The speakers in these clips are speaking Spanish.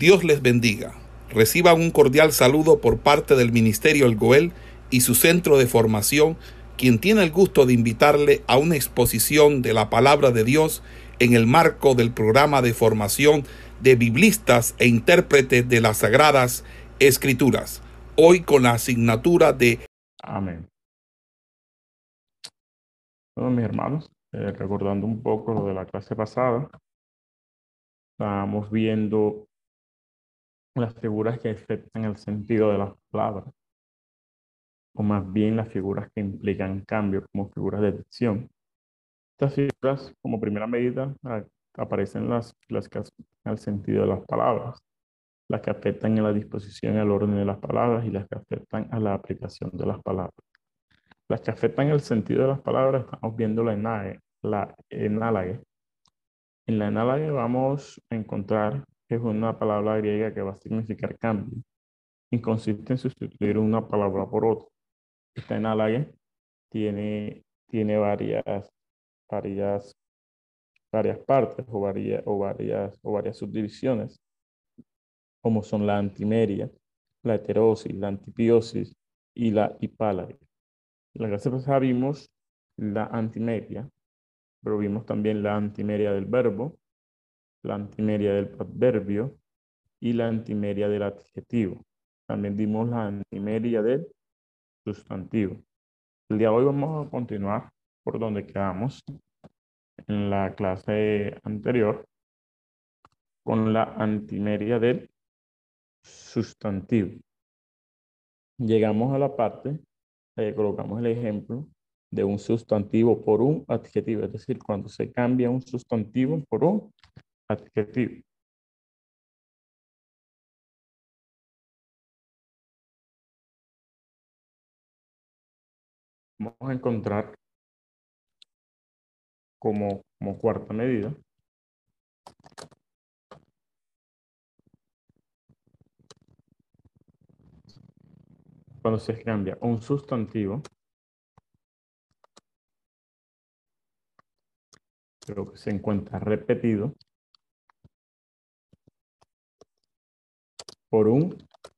Dios les bendiga. Reciban un cordial saludo por parte del Ministerio El Goel y su centro de formación, quien tiene el gusto de invitarle a una exposición de la palabra de Dios en el marco del programa de formación de biblistas e intérpretes de las Sagradas Escrituras, hoy con la asignatura de Amén. Bueno, mis hermanos, recordando un poco lo de la clase pasada, estábamos viendo las figuras que afectan el sentido de las palabras, o más bien las figuras que implican cambio, como figuras de dicción. Estas figuras, como primera medida, aparecen las que afectan al sentido de las palabras, las que afectan a la disposición y al orden de las palabras y las que afectan a la aplicación de las palabras. Las que afectan el sentido de las palabras, estamos viendo la enálogue. En la enálogue vamos a encontrar que es una palabra griega que va a significar cambio y consiste en sustituir una palabra por otra. Esta enálogue tiene varias, varias partes o varias subdivisiones, como son la antimeria, la heterosis, la antipiosis y la hipálague. En la clase pasada vimos la antimeria, pero vimos también la antimeria del verbo, la antimeria del adverbio y la antimeria del adjetivo. También vimos la antimeria del sustantivo. El día de hoy vamos a continuar por donde quedamos en la clase anterior con la antimeria del sustantivo. Llegamos a la parte, colocamos el ejemplo de un sustantivo por un adjetivo, es decir, cuando se cambia un sustantivo por un adjetivo. Vamos a encontrar como cuarta medida cuando se cambia un sustantivo, pero que se encuentra repetido, por un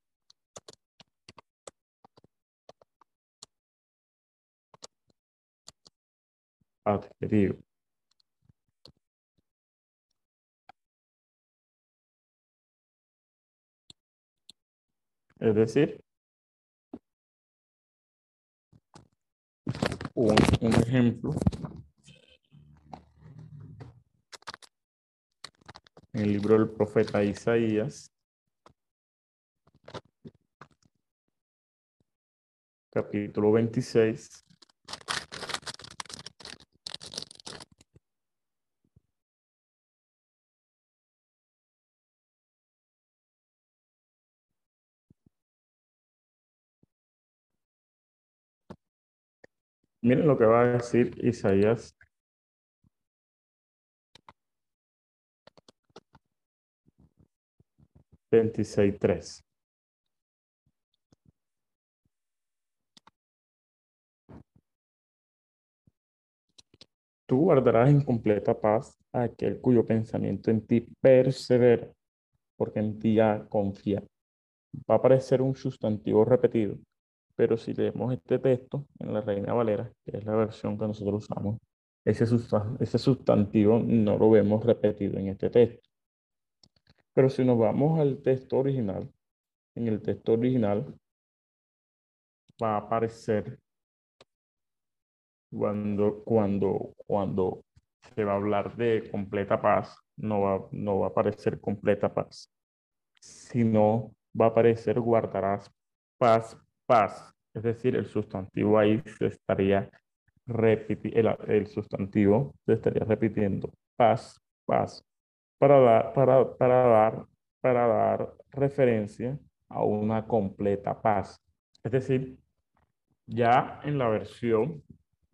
adjetivo. Es decir, un ejemplo en el libro del profeta Isaías, capítulo 26, miren lo que va a decir Isaías 26:3. Tú guardarás en completa paz a aquel cuyo pensamiento en ti persevera, porque en ti ha confiado. Va a aparecer un sustantivo repetido, pero si leemos este texto en la Reina Valera, que es la versión que nosotros usamos, ese sustantivo no lo vemos repetido en este texto. Pero si nos vamos al texto original, en el texto original va a aparecer cuando se va a hablar de completa paz, no va a aparecer completa paz, sino va a aparecer guardarás paz, paz. Es decir, el sustantivo ahí se estaría el sustantivo se estaría repitiendo paz, paz, para dar referencia a una completa paz. Es decir, ya en la versión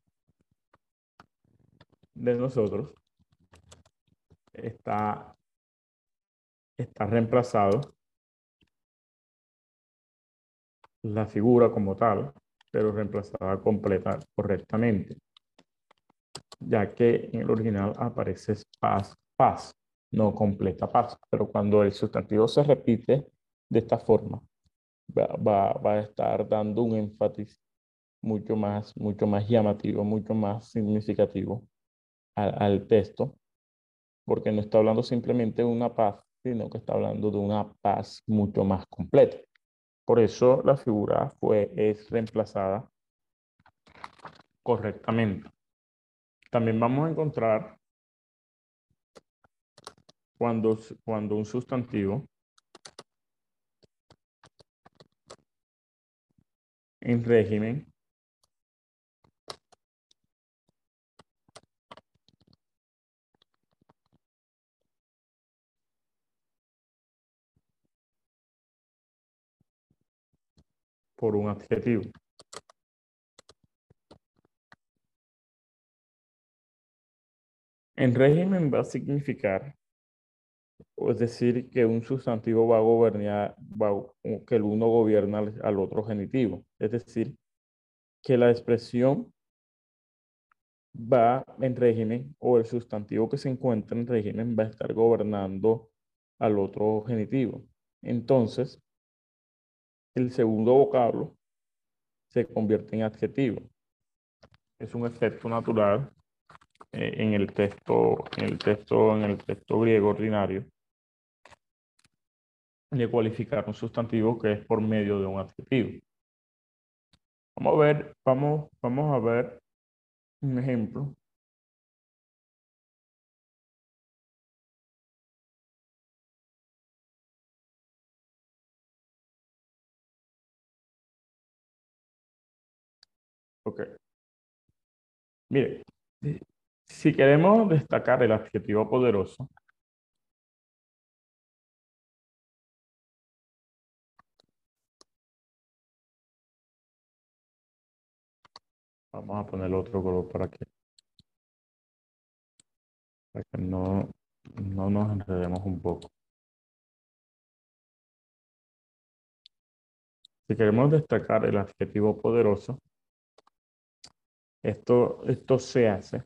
de nosotros está, está reemplazado la figura como tal, pero reemplazada completa correctamente, ya que en el original aparece paz, paz. no completa paz. Pero cuando el sustantivo se repite de esta forma, va a estar dando un énfasis mucho más llamativo, mucho más significativo al texto, porque no está hablando simplemente de una paz, sino que está hablando de una paz mucho más completa. Por eso la figura es reemplazada correctamente. También vamos a encontrar cuando un sustantivo en régimen por un adjetivo. En régimen va a significar, o es decir, que un sustantivo va a gobernar, que el uno gobierna al otro genitivo. Es decir, que la expresión va en régimen o el sustantivo que se encuentra en régimen va a estar gobernando al otro genitivo. Entonces, el segundo vocablo se convierte en adjetivo. Es un efecto natural en el texto griego ordinario de cualificar un sustantivo que es por medio de un adjetivo. Vamos a ver un ejemplo. Ok. Mire, si queremos destacar el adjetivo poderoso, vamos a poner otro color para que no nos enredemos un poco. Si queremos destacar el adjetivo poderoso, esto se hace.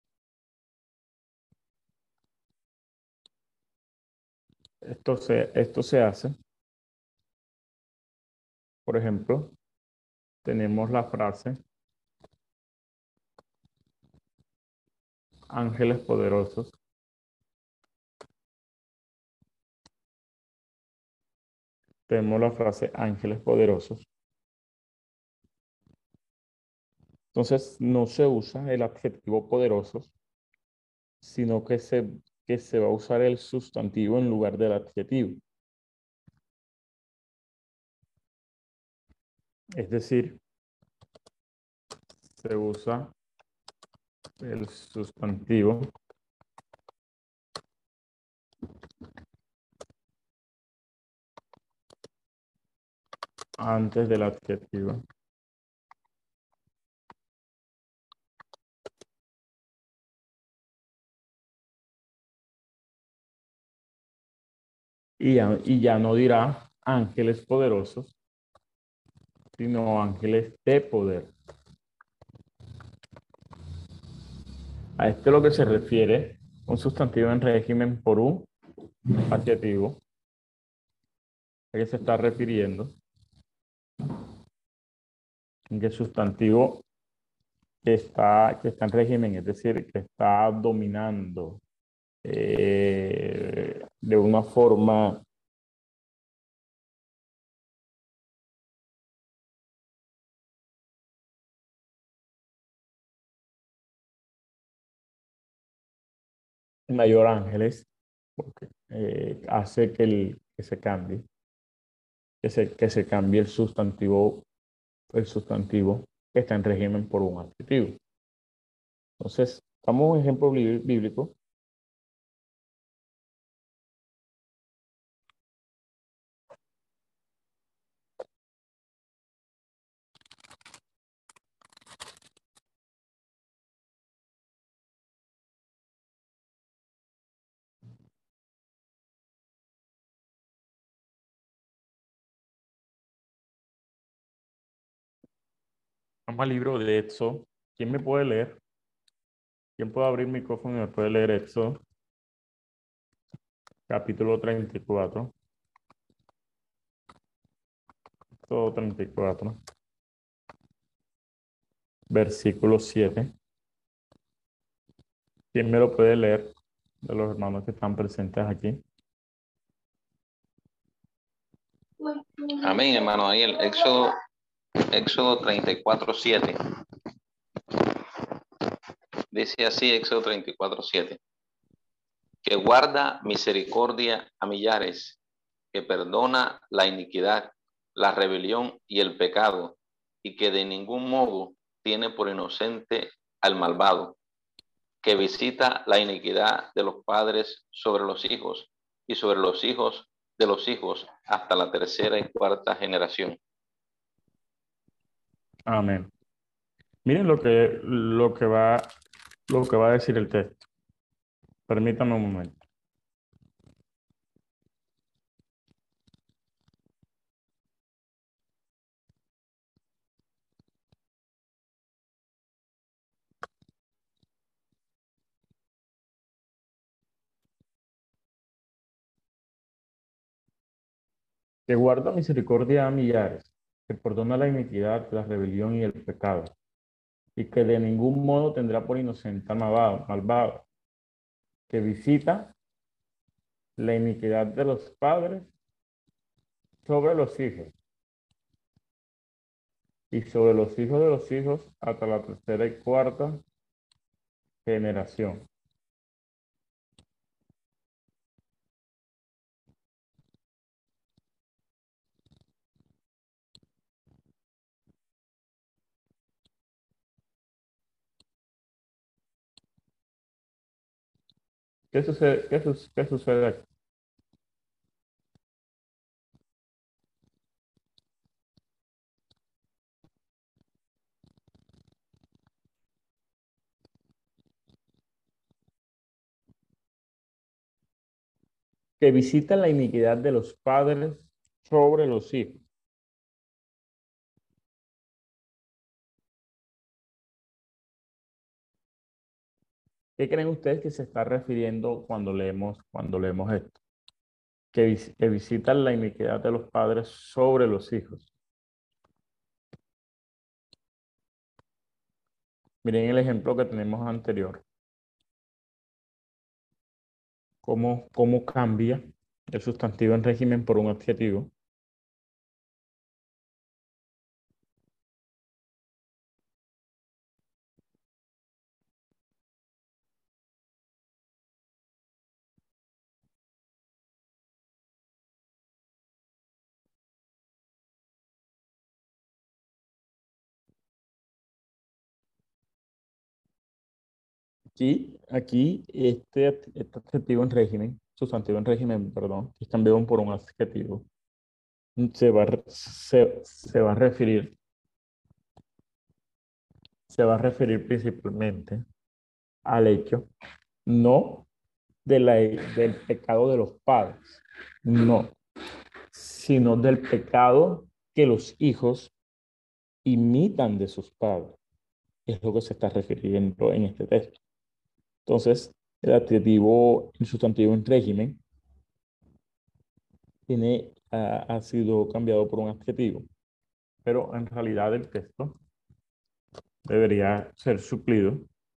Esto se hace, por ejemplo, tenemos la frase ángeles poderosos. Tenemos la frase ángeles poderosos. Entonces, no se usa el adjetivo poderosos, sino que se va a usar el sustantivo en lugar del adjetivo. Es decir, se usa el sustantivo antes del adjetivo. Y ya no dirá ángeles poderosos, sino ángeles de poder. A esto es lo que se refiere un sustantivo en régimen por un adjetivo. ¿A qué se está refiriendo? En que el sustantivo que está en régimen, es decir, que está dominando de una forma mayor ángeles, porque, hace que se cambie, que se cambie el sustantivo que está en régimen por un adjetivo. Entonces, vamos a un ejemplo bíblico. Vamos al libro de Éxodo. ¿Quién me puede leer? ¿Quién puede abrir el micrófono y me puede leer Éxodo? capítulo 34, todo 34, versículo 7. ¿Quién me lo puede leer de los hermanos que están presentes aquí? Amén, hermano Daniel. Éxodo 34:7. Dice así, Éxodo 34:7. Que guarda misericordia a millares, que perdona la iniquidad, la rebelión y el pecado, y que de ningún modo tiene por inocente al malvado, que visita la iniquidad de los padres sobre los hijos y sobre los hijos de los hijos hasta la tercera y cuarta generación. Amén. Miren lo que va a decir el texto. Permítanme un momento. Que guarda misericordia a millares, que perdona la iniquidad, la rebelión y el pecado, y que de ningún modo tendrá por inocente al malvado, que visita la iniquidad de los padres sobre los hijos, y sobre los hijos de los hijos hasta la tercera y cuarta generación. ¿Qué sucede? ¿Qué sucede aquí? Que visita la iniquidad de los padres sobre los hijos. ¿Qué creen ustedes que se está refiriendo cuando leemos esto? Que visita la iniquidad de los padres sobre los hijos. Miren el ejemplo que tenemos anterior. Cómo cambia el sustantivo en régimen por un adjetivo. Aquí este adjetivo en régimen, sustantivo en régimen, perdón, es cambiado por un adjetivo. Se va a referir principalmente al hecho, no del pecado de los padres, no, sino del pecado que los hijos imitan de sus padres. Es lo que se está refiriendo en este texto. Entonces, el sustantivo en régimen, ha sido cambiado por un adjetivo, pero en realidad el texto debería ser suplido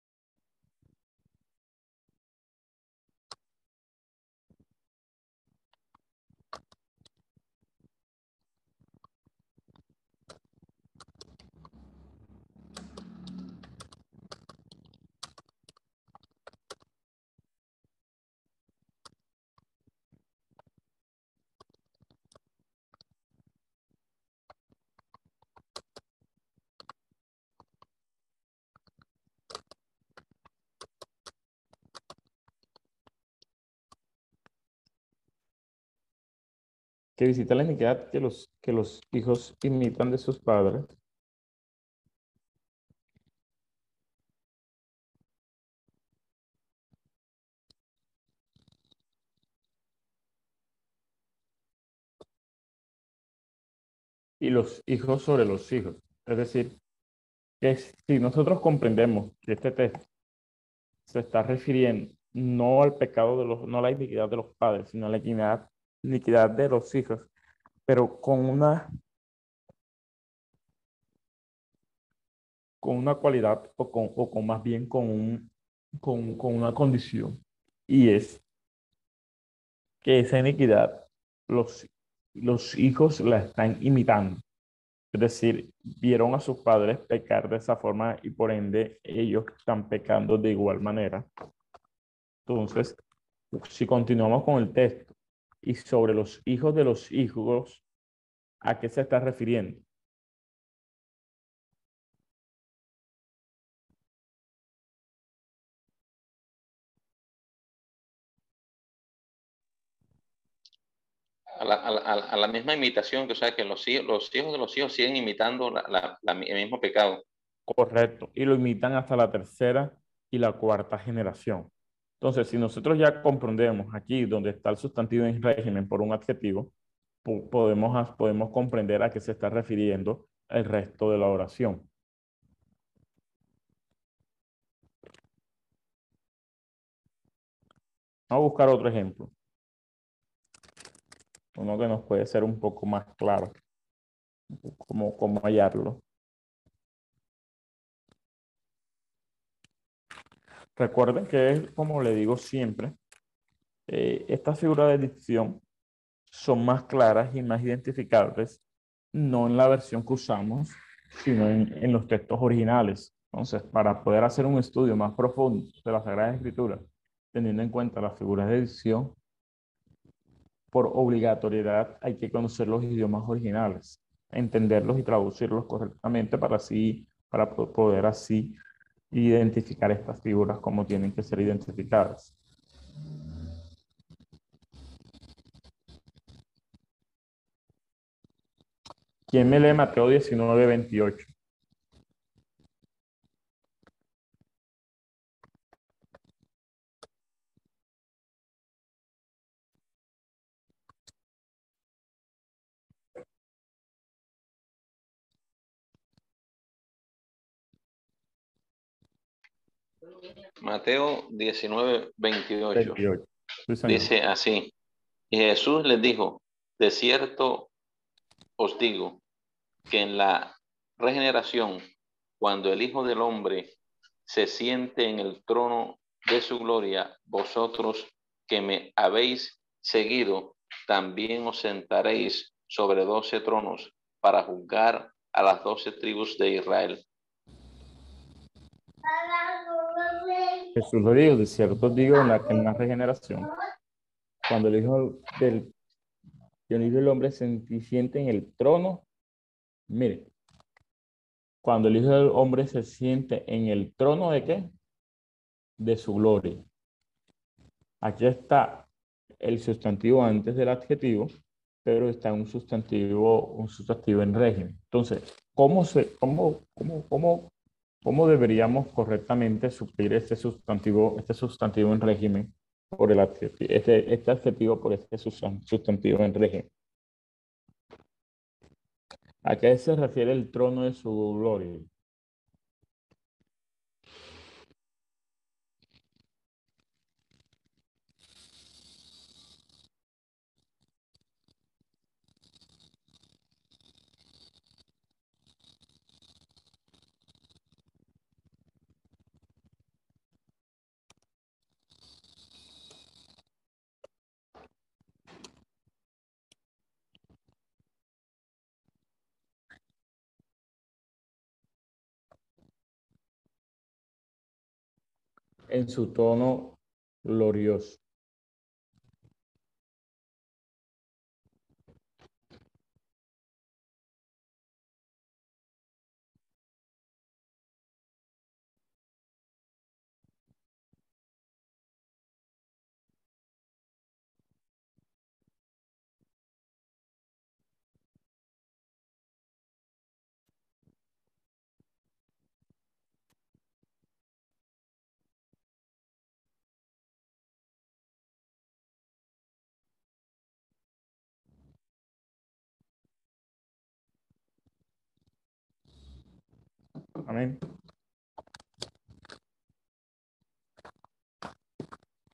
que visita la iniquidad que los hijos imitan de sus padres. Y los hijos sobre los hijos. Es decir, que si nosotros comprendemos que este texto se está refiriendo no el pecado de los, no la iniquidad de los padres, sino la iniquidad de los hijos, pero con una cualidad o con más bien con una condición. Y es que esa iniquidad los, los hijos la están imitando. Es decir, vieron a sus padres pecar de esa forma y por ende ellos están pecando de igual manera. Entonces, si continuamos con el texto y sobre los hijos de los hijos, ¿a qué se está refiriendo? A la misma imitación, que o sea, que los hijos de los hijos siguen imitando el mismo pecado. Correcto. Y lo imitan hasta la tercera y la cuarta generación. Entonces, si nosotros ya comprendemos aquí donde está el sustantivo en régimen por un adjetivo, podemos comprender a qué se está refiriendo el resto de la oración. Vamos a buscar otro ejemplo, uno que nos puede ser un poco más claro, cómo hallarlo. Recuerden que es como le digo siempre, estas figuras de dicción son más claras y más identificables, no en la versión que usamos, sino en los textos originales. Entonces, para poder hacer un estudio más profundo de la Sagrada Escritura, teniendo en cuenta las figuras de dicción, por obligatoriedad hay que conocer los idiomas originales, entenderlos y traducirlos correctamente para poder así identificar estas figuras como tienen que ser identificadas. ¿Quién me lee Mateo 19:28? Mateo 19:28 28. Sí, señor. dice así: y Jesús les dijo, de cierto os digo, que en la regeneración, cuando el Hijo del Hombre se siente en el trono de su gloria, vosotros que me habéis seguido, también os sentaréis sobre 12 tronos para juzgar a las 12 tribus de Israel. Jesús lo dijo, de cierto os digo, en la regeneración, cuando el Hijo del Hombre se siente en el trono, mire, cuando el Hijo del Hombre se siente en el trono ¿de qué? De su gloria. Aquí está el sustantivo antes del adjetivo, pero está un sustantivo en régimen. Entonces, ¿cómo deberíamos correctamente suplir este sustantivo en régimen por el adjetivo, este adjetivo por este sustantivo en régimen? ¿A qué se refiere el trono de su gloria? En su tono glorioso. Amén.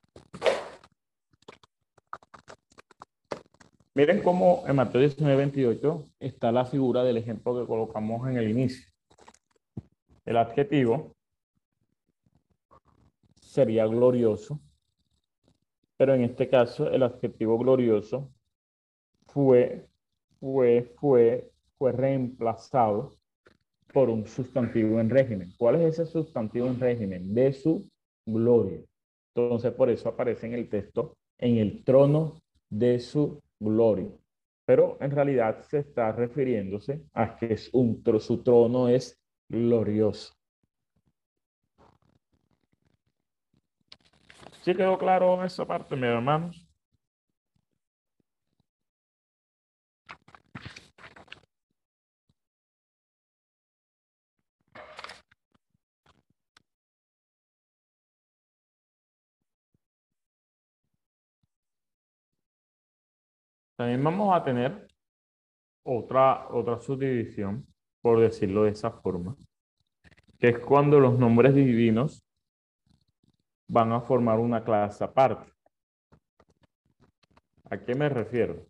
Miren cómo en Mateo 19:28 está la figura del ejemplo que colocamos en el inicio. El adjetivo sería glorioso, pero en este caso el adjetivo glorioso fue, fue reemplazado por un sustantivo en régimen. ¿Cuál es ese sustantivo en régimen? De su gloria. Entonces, por eso aparece en el texto, en el trono de su gloria. Pero en realidad se está refiriéndose a que su trono es glorioso. ¿Sí quedó claro esa parte, mis hermanos? También vamos a tener otra subdivisión, por decirlo de esa forma, que es cuando los nombres divinos van a formar una clase aparte. ¿A qué me refiero?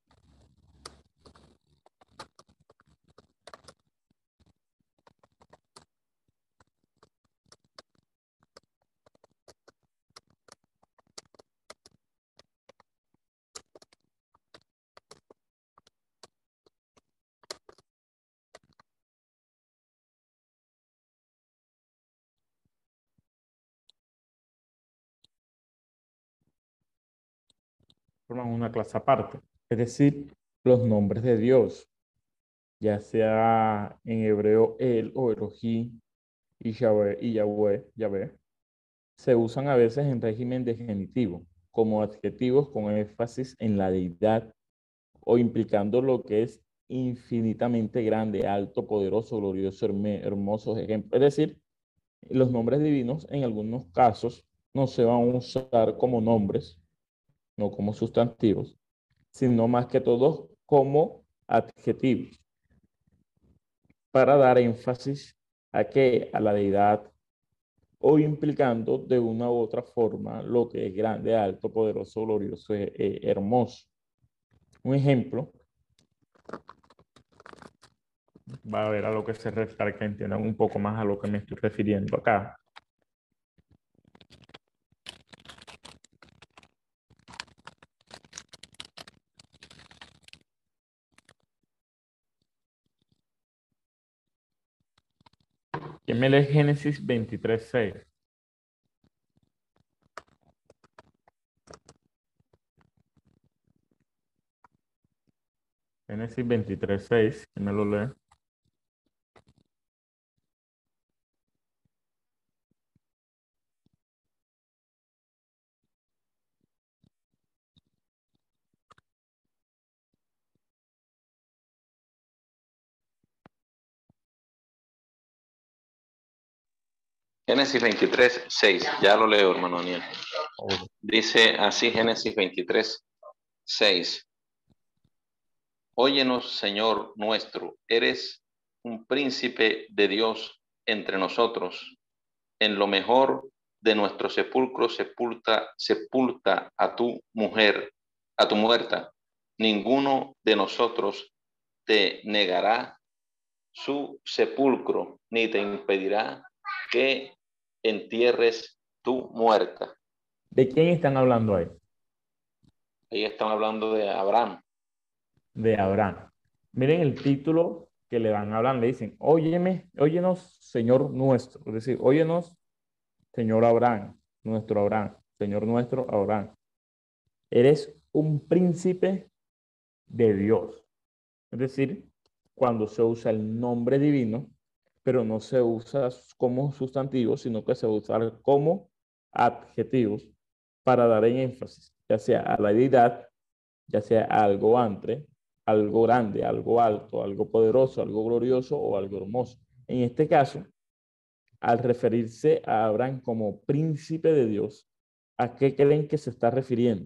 Forman una clase aparte. Es decir, los nombres de Dios, ya sea en hebreo El o Elohim y Yahweh, se usan a veces en régimen de genitivo, como adjetivos con énfasis en la deidad o implicando lo que es infinitamente grande, alto, poderoso, glorioso, hermoso, ejemplo. Es decir, los nombres divinos en algunos casos no se van a usar como nombres, no como sustantivos, sino más que todo como adjetivos, para dar énfasis a que a la deidad o implicando de una u otra forma lo que es grande, alto, poderoso, glorioso, hermoso. Un ejemplo, va a ver a lo que se refiere, para que entiendan un poco más a lo que me estoy refiriendo acá. ¿Quién me lee Génesis 23:6? Génesis 23:6, ¿quién me lo lee? Génesis 23, 6. Ya lo leo, hermano Daniel. Oh, Dice así Génesis 23, 6. Óyenos, Señor nuestro, eres un príncipe de Dios entre nosotros. En lo mejor de nuestro sepulcro sepulta a tu mujer, a tu muerta. Ninguno de nosotros te negará su sepulcro, ni te impedirá que entierres tu muerta. ¿de quién están hablando ahí? Ahí están hablando de Abraham. De Abraham. Miren el título que le van a hablar, le dicen, óyeme, óyenos, Señor nuestro. Es decir, óyenos, Señor Abraham, nuestro Abraham, Señor nuestro Abraham. Eres un príncipe de Dios. Es decir, cuando se usa el nombre divino, pero no se usa como sustantivo, sino que se usa como adjetivos para dar en énfasis, ya sea a la deidad, ya sea a algo antes, algo grande, algo alto, algo poderoso, algo glorioso o algo hermoso. En este caso, al referirse a Abraham como príncipe de Dios, ¿a qué creen que se está refiriendo?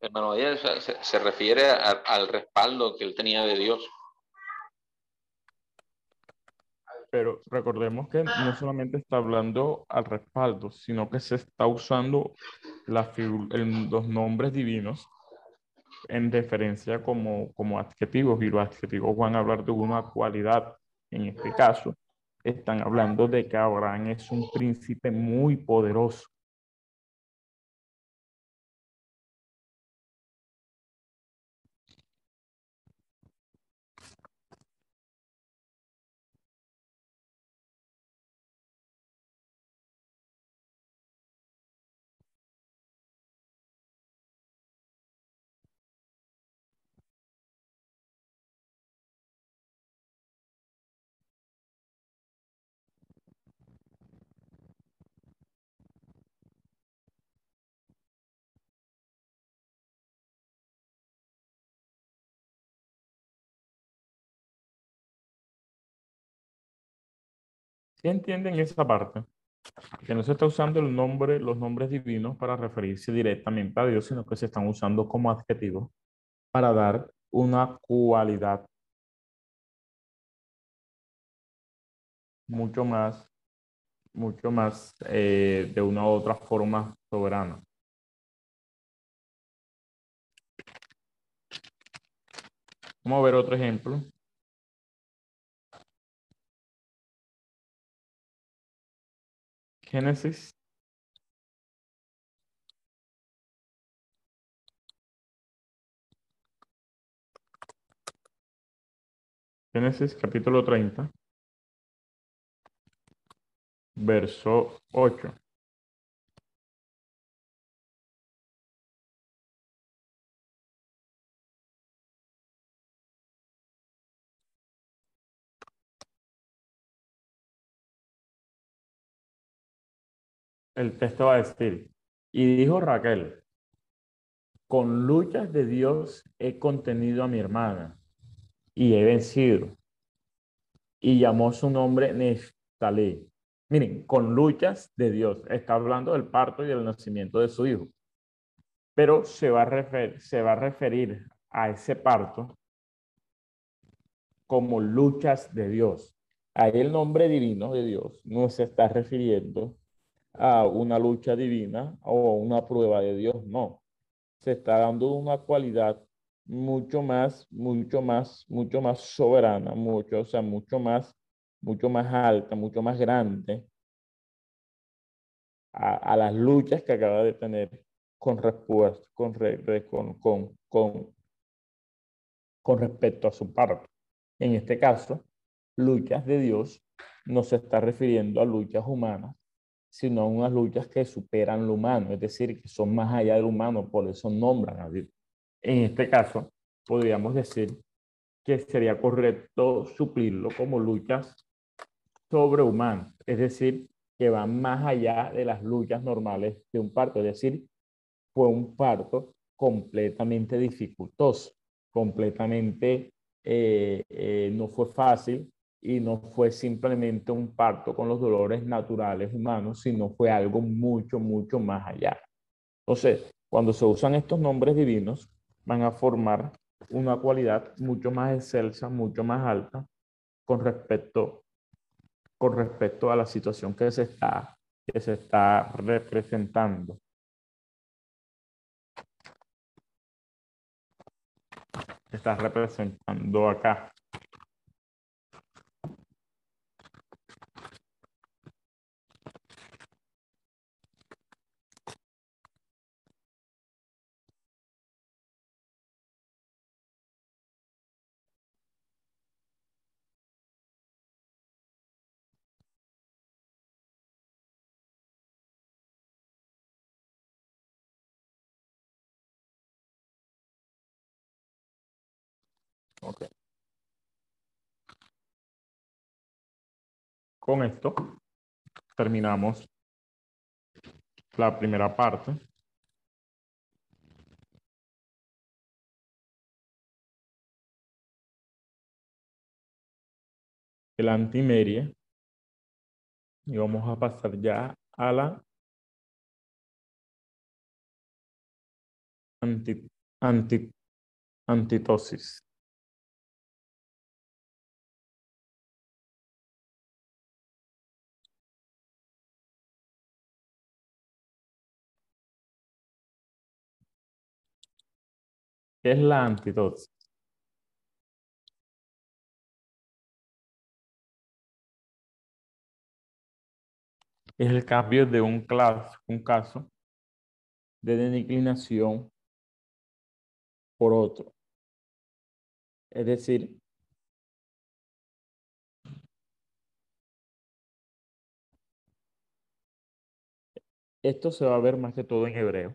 Hermano, ella se refiere al respaldo que él tenía de Dios. Pero recordemos que no solamente está hablando al respaldo, sino que se está usando los nombres divinos en referencia como adjetivos, y los adjetivos van a hablar de una cualidad. En este caso, están hablando de que Abraham es un príncipe muy poderoso. ¿Sí entienden esa parte? Que no se está usando los nombres divinos para referirse directamente a Dios, sino que se están usando como adjetivos para dar una cualidad mucho más, de una u otra forma soberana. Vamos a ver otro ejemplo. Génesis. Génesis capítulo 30, verso 8. El texto va a decir, y dijo Raquel, con luchas de Dios he contenido a mi hermana y he vencido. Y llamó su nombre Neftalí. Miren, con luchas de Dios. Está hablando del parto y del nacimiento de su hijo. Pero se va a referir a ese parto como luchas de Dios. Ahí el nombre divino de Dios no se está refiriendo a una lucha divina o una prueba de Dios, no. Se está dando una cualidad mucho más soberana, o sea, mucho más alta, mucho más grande a las luchas que acaba de tener con, respuesta, con respecto a su parte. En este caso, luchas de Dios no se está refiriendo a luchas humanas, sino a unas luchas que superan lo humano, es decir, que son más allá del humano, por eso nombran a Dios. En este caso, podríamos decir que sería correcto suplirlo como luchas sobrehumanas, es decir, que van más allá de las luchas normales de un parto, es decir, fue un parto completamente dificultoso, completamente no fue fácil y no fue simplemente un parto con los dolores naturales humanos, sino fue algo mucho más allá. Entonces, cuando se usan estos nombres divinos, van a formar una cualidad mucho más excelsa, mucho más alta con respecto, con respecto a la situación que se está representando. Que está representando acá. Okay. Con esto terminamos la primera parte. El antimeria. Y vamos a pasar ya a la Anti, anti, antitosis. ¿Qué es la antitosis? Es el cambio de un caso de declinación por otro. Es decir, esto se va a ver más que todo en hebreo,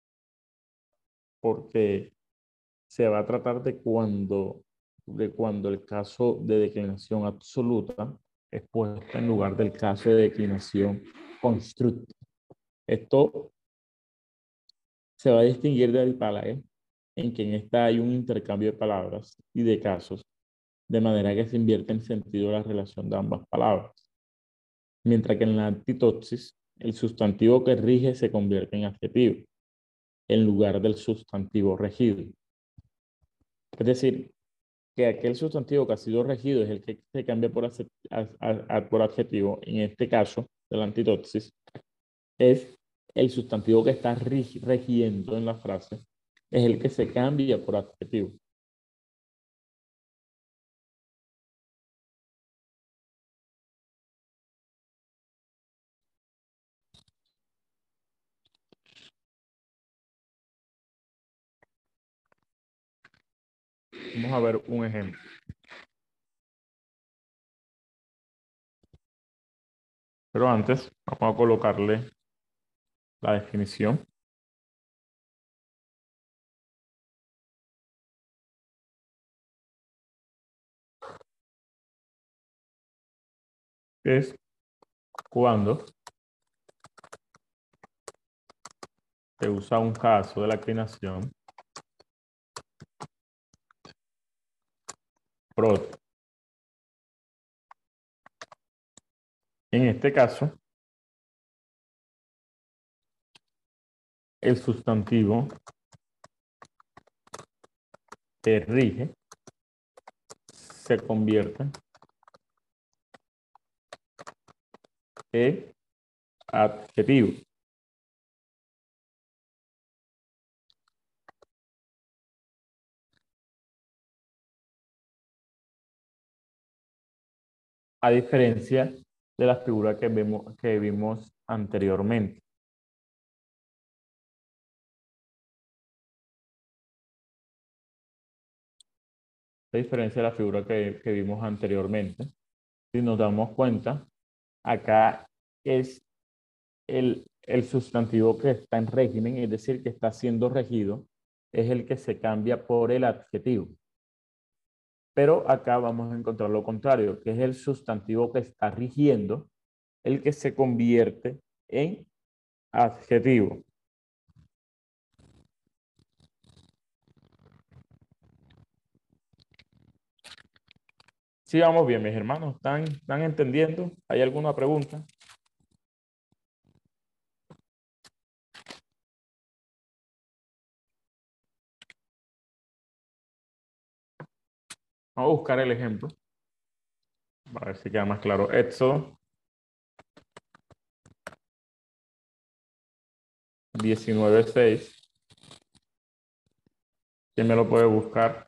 porque se va a tratar de cuando el caso de declinación absoluta es puesto en lugar del caso de declinación constructa. Esto se va a distinguir del palae, en que en esta hay un intercambio de palabras y de casos, de manera que se invierte en sentido la relación de ambas palabras. Mientras que en la antitosis, el sustantivo que rige se convierte en adjetivo, en lugar del sustantivo regido. Es decir, que aquel sustantivo que ha sido regido es el que se cambia por adjetivo, en este caso de la antitosis, es el sustantivo que está regiendo en la frase, es el que se cambia por adjetivo. Vamos a ver un ejemplo. Pero antes, vamos a colocarle la definición. Que es cuando se usa un caso de la declinación por otro. En este caso, el sustantivo que rige se convierte en adjetivo. A diferencia de la figura que vimos anteriormente. A diferencia de la figura que vimos anteriormente. Si nos damos cuenta, acá es el sustantivo que está en régimen, es decir, que está siendo regido, es el que se cambia por el adjetivo. Pero acá vamos a encontrar lo contrario, que es el sustantivo que está rigiendo, el que se convierte en adjetivo. Sí, vamos bien, mis hermanos. ¿Están entendiendo? ¿Hay alguna pregunta? Vamos a buscar el ejemplo. A ver si queda más claro. Éxodo 19:6. ¿Quién me lo puede buscar?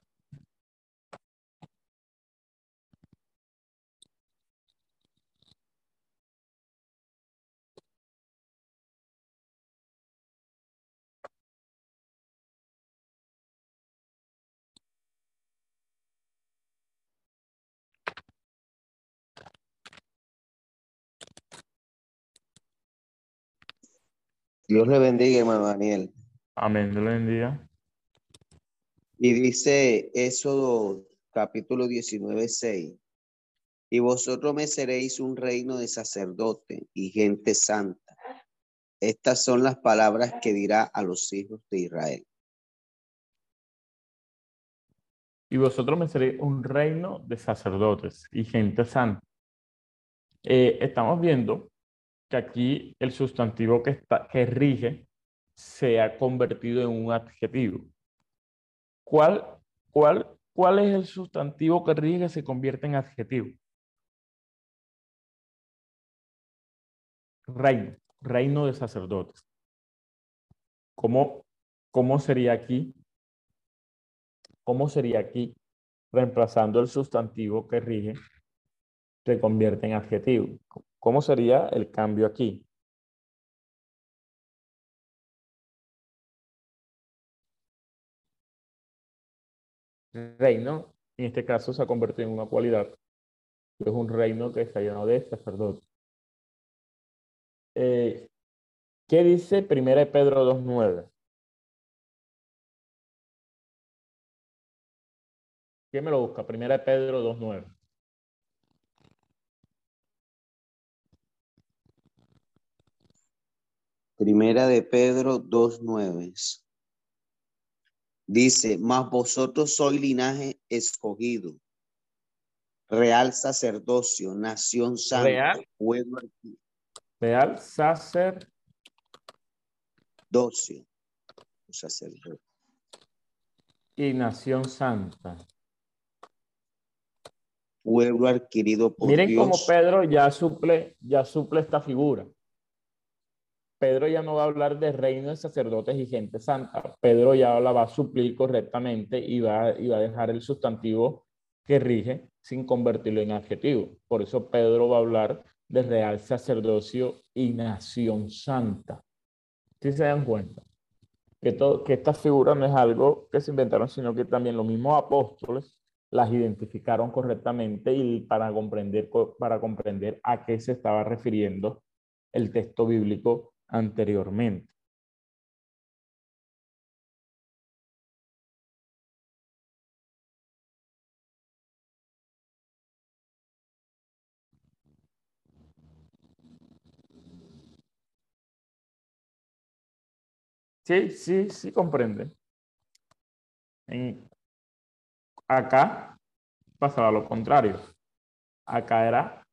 Dios le bendiga, hermano Daniel. Amén. Dios le bendiga. Y dice Éxodo capítulo 19:6. Y vosotros me seréis un reino de sacerdotes y gente santa. Estas son las palabras que dirá a los hijos de Israel. Y vosotros me seréis un reino de sacerdotes y gente santa. Estamos viendo que aquí el sustantivo que rige se ha convertido en un adjetivo. ¿Cuál es el sustantivo que rige que se convierte en adjetivo? Reino de sacerdotes. ¿Cómo sería aquí? ¿Cómo sería aquí? Reemplazando el sustantivo que rige, se convierte en adjetivo. ¿Cómo sería el cambio aquí? Reino, en este caso, se ha convertido en una cualidad. Es un reino que está lleno de sacerdotes. ¿Qué dice 1 Pedro 2:9? ¿Quién me lo busca? 1 Pedro 2:9. Primera de Pedro 2:9. Dice, mas vosotros sois linaje escogido, real sacerdocio, nación santa, pueblo Real sacerdocio. sacerdote. Y nación santa. Pueblo adquirido por Miren Dios. cómo Pedro ya suple esta figura. Pedro ya no va a hablar de reino de sacerdotes y gente santa. Pedro ya la va a suplir correctamente y va a dejar el sustantivo que rige sin convertirlo en adjetivo. Por eso Pedro va a hablar de real sacerdocio y nación santa. ¿Sí se dan cuenta? Que esta figura no es algo que se inventaron, sino que también los mismos apóstoles las identificaron correctamente y para comprender a qué se estaba refiriendo el texto bíblico anteriormente. Sí, comprende. Acá pasaba lo contrario. Acá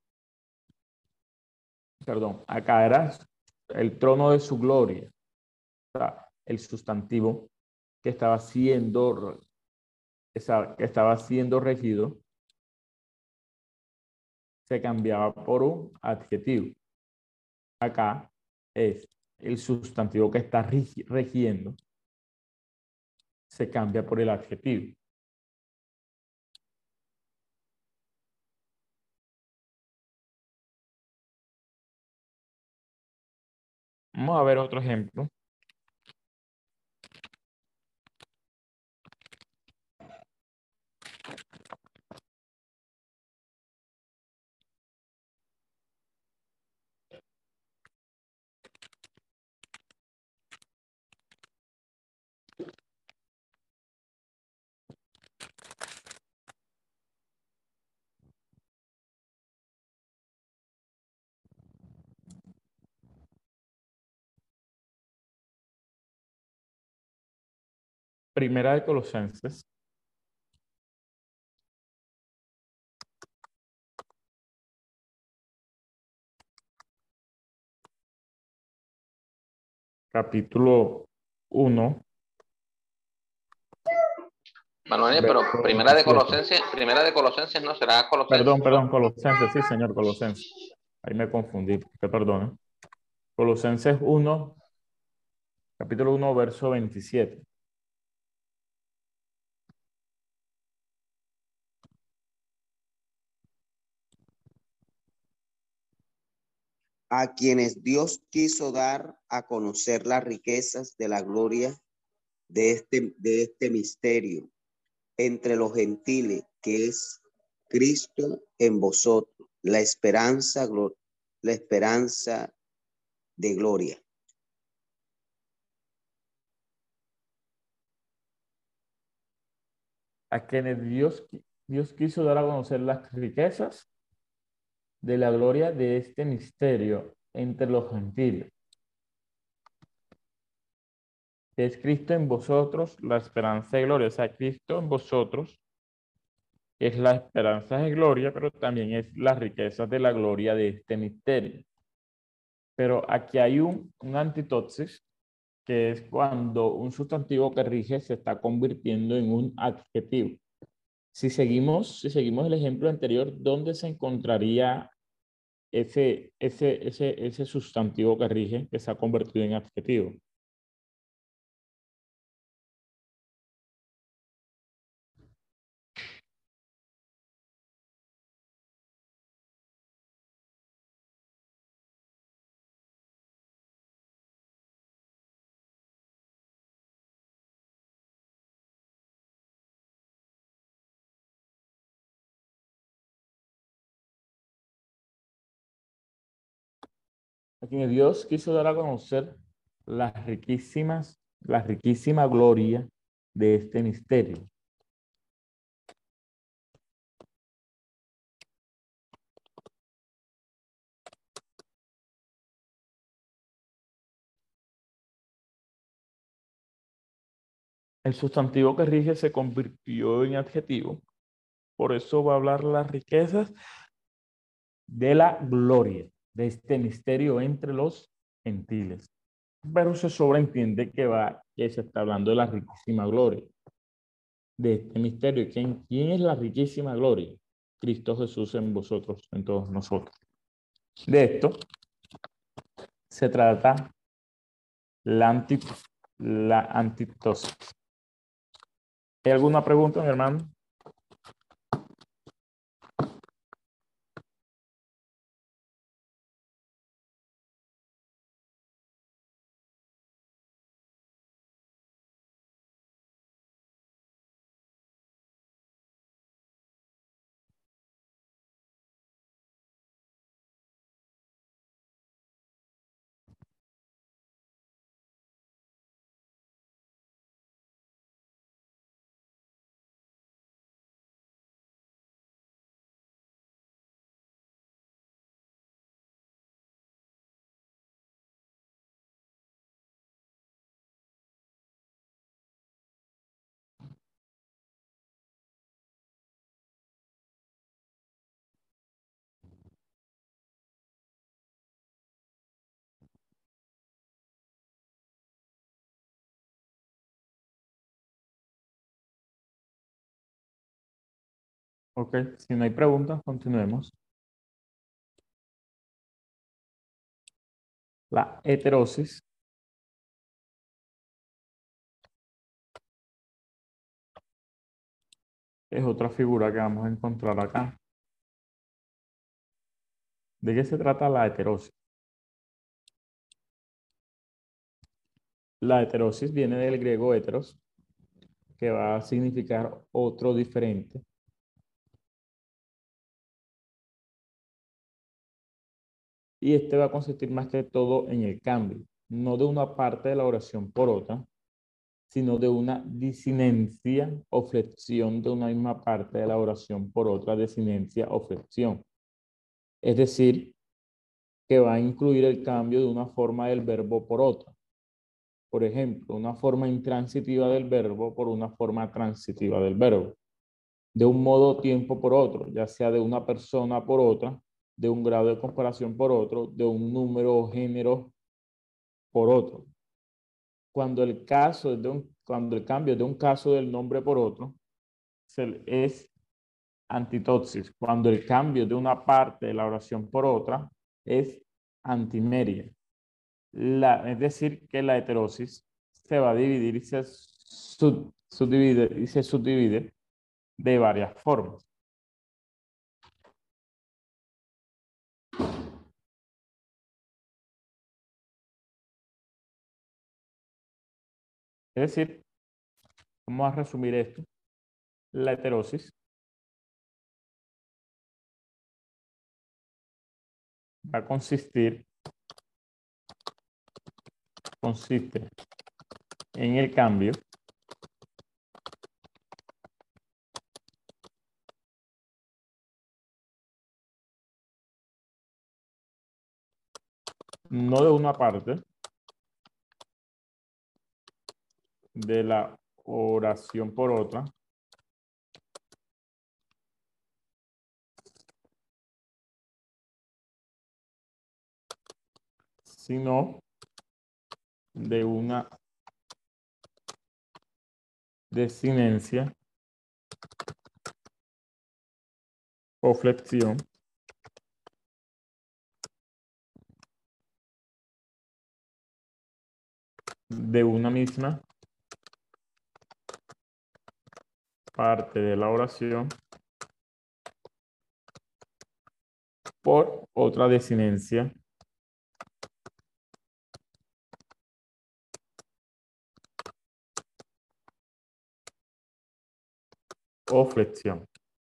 era el trono de su gloria. O sea, el sustantivo que estaba siendo regido se cambiaba por un adjetivo. Acá es el sustantivo que está regiendo, se cambia por el adjetivo. Vamos a ver otro ejemplo. Primera de Colosenses. Capítulo 1. Manuel, pero primera de Colosenses no será Colosenses. Perdón, Colosenses, sí, señor, Colosenses. Ahí me confundí, te perdono. Colosenses 1, capítulo 1, verso 27. A quienes Dios quiso dar a conocer las riquezas de la gloria de este misterio entre los gentiles, que es Cristo en vosotros, la esperanza de gloria. A quienes Dios quiso dar a conocer las riquezas de la gloria de este misterio entre los gentiles. Que es Cristo en vosotros, la esperanza de gloria. O sea, Cristo en vosotros es la esperanza de gloria, pero también es las riquezas de la gloria de este misterio. Pero aquí hay un antitosis que es cuando un sustantivo que rige se está convirtiendo en un adjetivo. Si seguimos el ejemplo anterior, ¿dónde se encontraría ese sustantivo que rige que se ha convertido en adjetivo? A quien Dios quiso dar a conocer la riquísima gloria de este misterio. El sustantivo que rige se convirtió en adjetivo. Por eso va a hablar las riquezas de la gloria de este misterio entre los gentiles. Pero se sobreentiende que se está hablando de la riquísima gloria de este misterio. ¿Quién es la riquísima gloria? Cristo Jesús en vosotros, en todos nosotros. De esto se trata la antiptosis. ¿Hay alguna pregunta, mi hermano? Ok, si no hay preguntas, continuemos. La heterosis es otra figura que vamos a encontrar acá. ¿De qué se trata la heterosis? La heterosis viene del griego heteros, que va a significar otro diferente. Y este va a consistir más que todo en el cambio, no de una parte de la oración por otra, sino de una disinencia o flexión de una misma parte de la oración por otra disinencia o flexión. Es decir, que va a incluir el cambio de una forma del verbo por otra. Por ejemplo, una forma intransitiva del verbo por una forma transitiva del verbo. De un modo tiempo por otro, ya sea de una persona por otra, de un grado de comparación por otro, de un número o género por otro. Cuando el cambio de un caso del nombre por otro es antitosis. Cuando el cambio de una parte de la oración por otra es antimeria. Es decir, que la heterosis se va a dividir y se subdivide de varias formas. Es decir, vamos a resumir esto. La heterosis va a consiste en el cambio no de una parte de la oración por otra, sino de una desinencia o flexión de una misma parte de la oración por otra desinencia o flexión.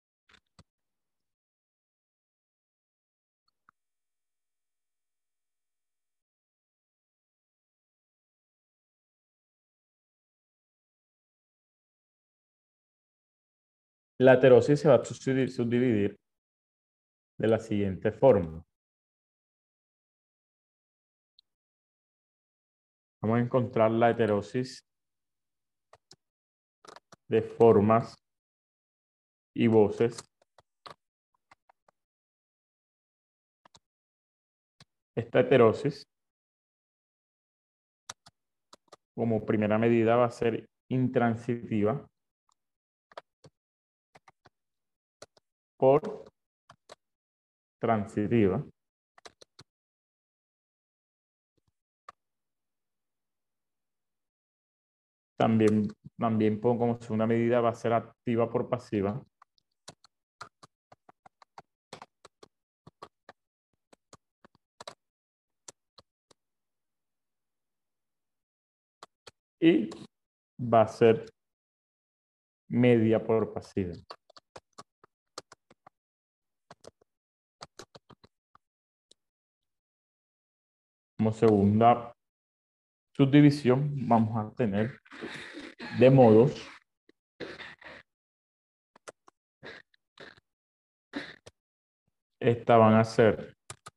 La heterosis se va a subdividir de la siguiente forma. Vamos a encontrar la heterosis de formas y voces. Esta heterosis, como primera medida, va a ser intransitiva por transitiva. También como segunda medida va a ser activa por pasiva. Y va a ser media por pasiva. Como segunda subdivisión vamos a tener de modos esta van a ser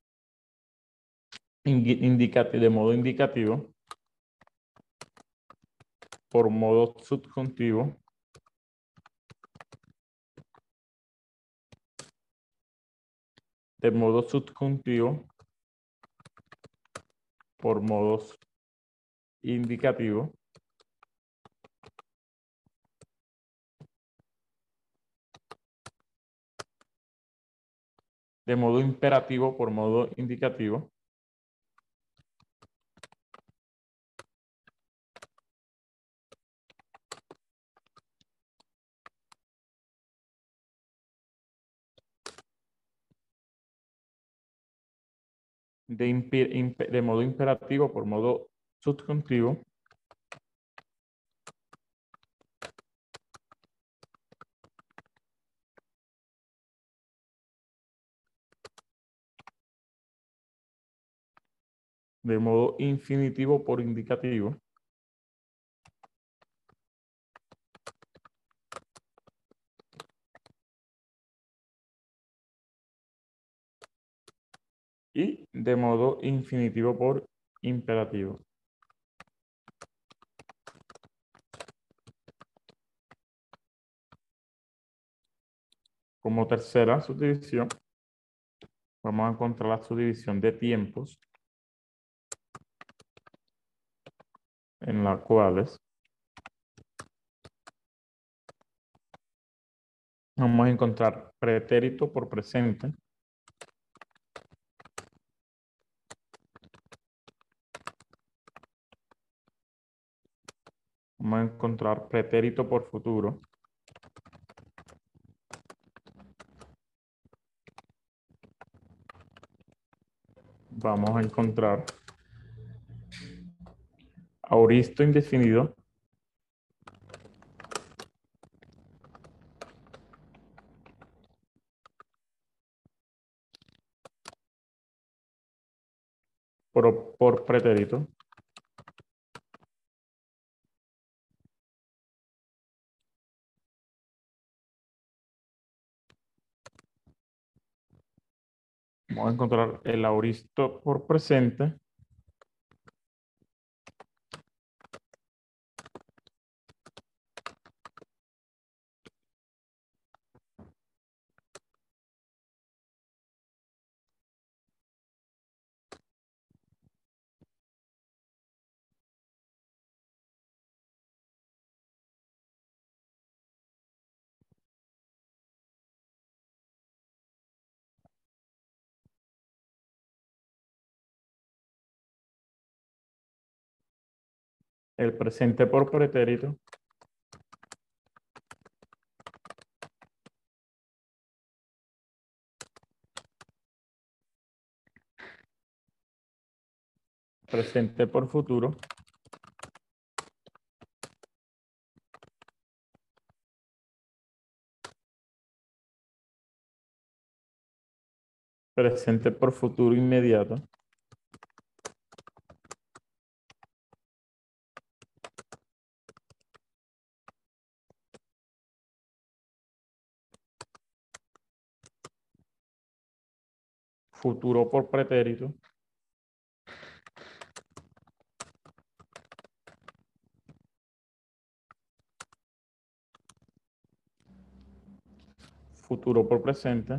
de modo indicativo por modo subjuntivo de modo subjuntivo por modos indicativos de modo imperativo por modo indicativo de modo imperativo por modo subjuntivo de modo infinitivo por indicativo y de modo infinitivo por imperativo. Como tercera subdivisión, vamos a encontrar la subdivisión de tiempos, en las cuales vamos a encontrar pretérito por presente, vamos a encontrar pretérito por futuro, vamos a encontrar aoristo indefinido, por pretérito, vamos a encontrar el aoristo por presente, el presente por pretérito, presente por futuro, presente por futuro inmediato, futuro por pretérito, futuro por presente,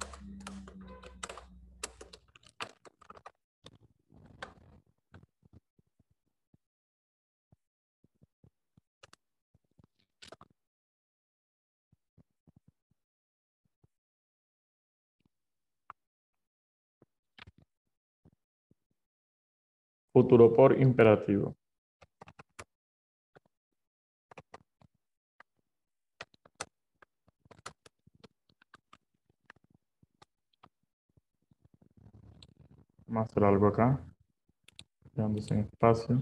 futuro por imperativo. Vamos a hacer algo acá, quedándose en espacio.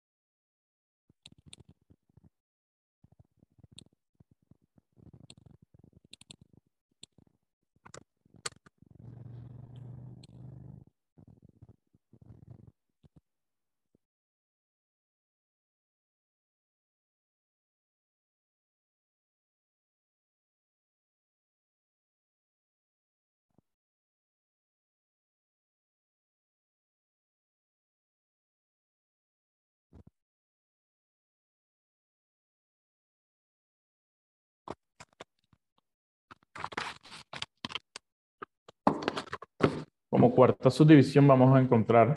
Como cuarta subdivisión vamos a encontrar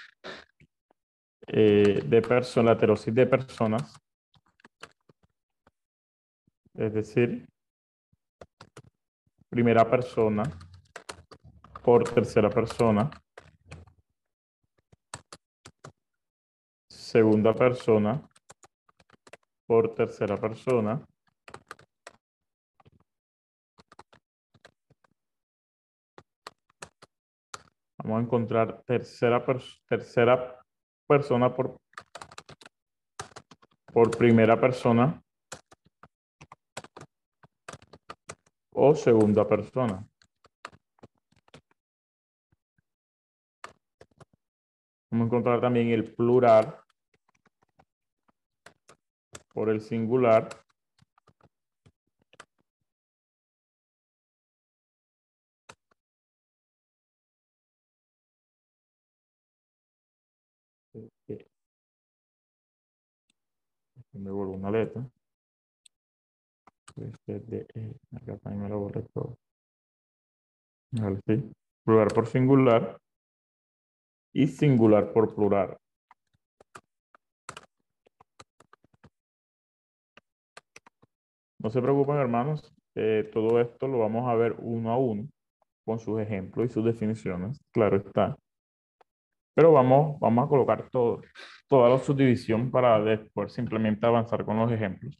la heterosis de personas, es decir, primera persona por tercera persona, segunda persona por tercera persona, vamos a encontrar tercera persona por primera persona o segunda persona. Vamos a encontrar también el plural por el singular. Me vuelvo una letra. Acá también me lo borré todo. Vale, sí. Plural por singular y singular por plural. No se preocupen, hermanos. Todo esto lo vamos a ver uno a uno con sus ejemplos y sus definiciones. Claro está. Pero vamos a colocar toda la subdivisión para después simplemente avanzar con los ejemplos.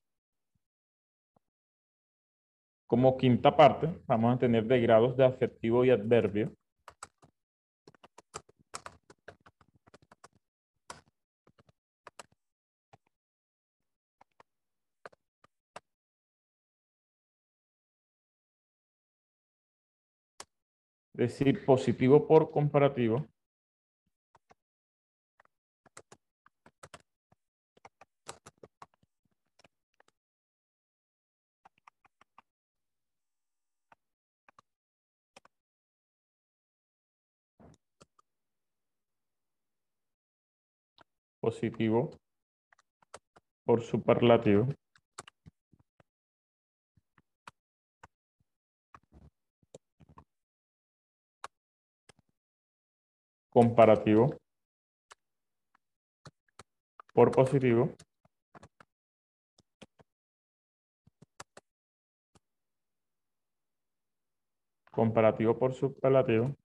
Como quinta parte, vamos a tener de grados de adjetivo y adverbio. Es decir, positivo por comparativo. Positivo por superlativo. Comparativo por positivo. Comparativo por superlativo.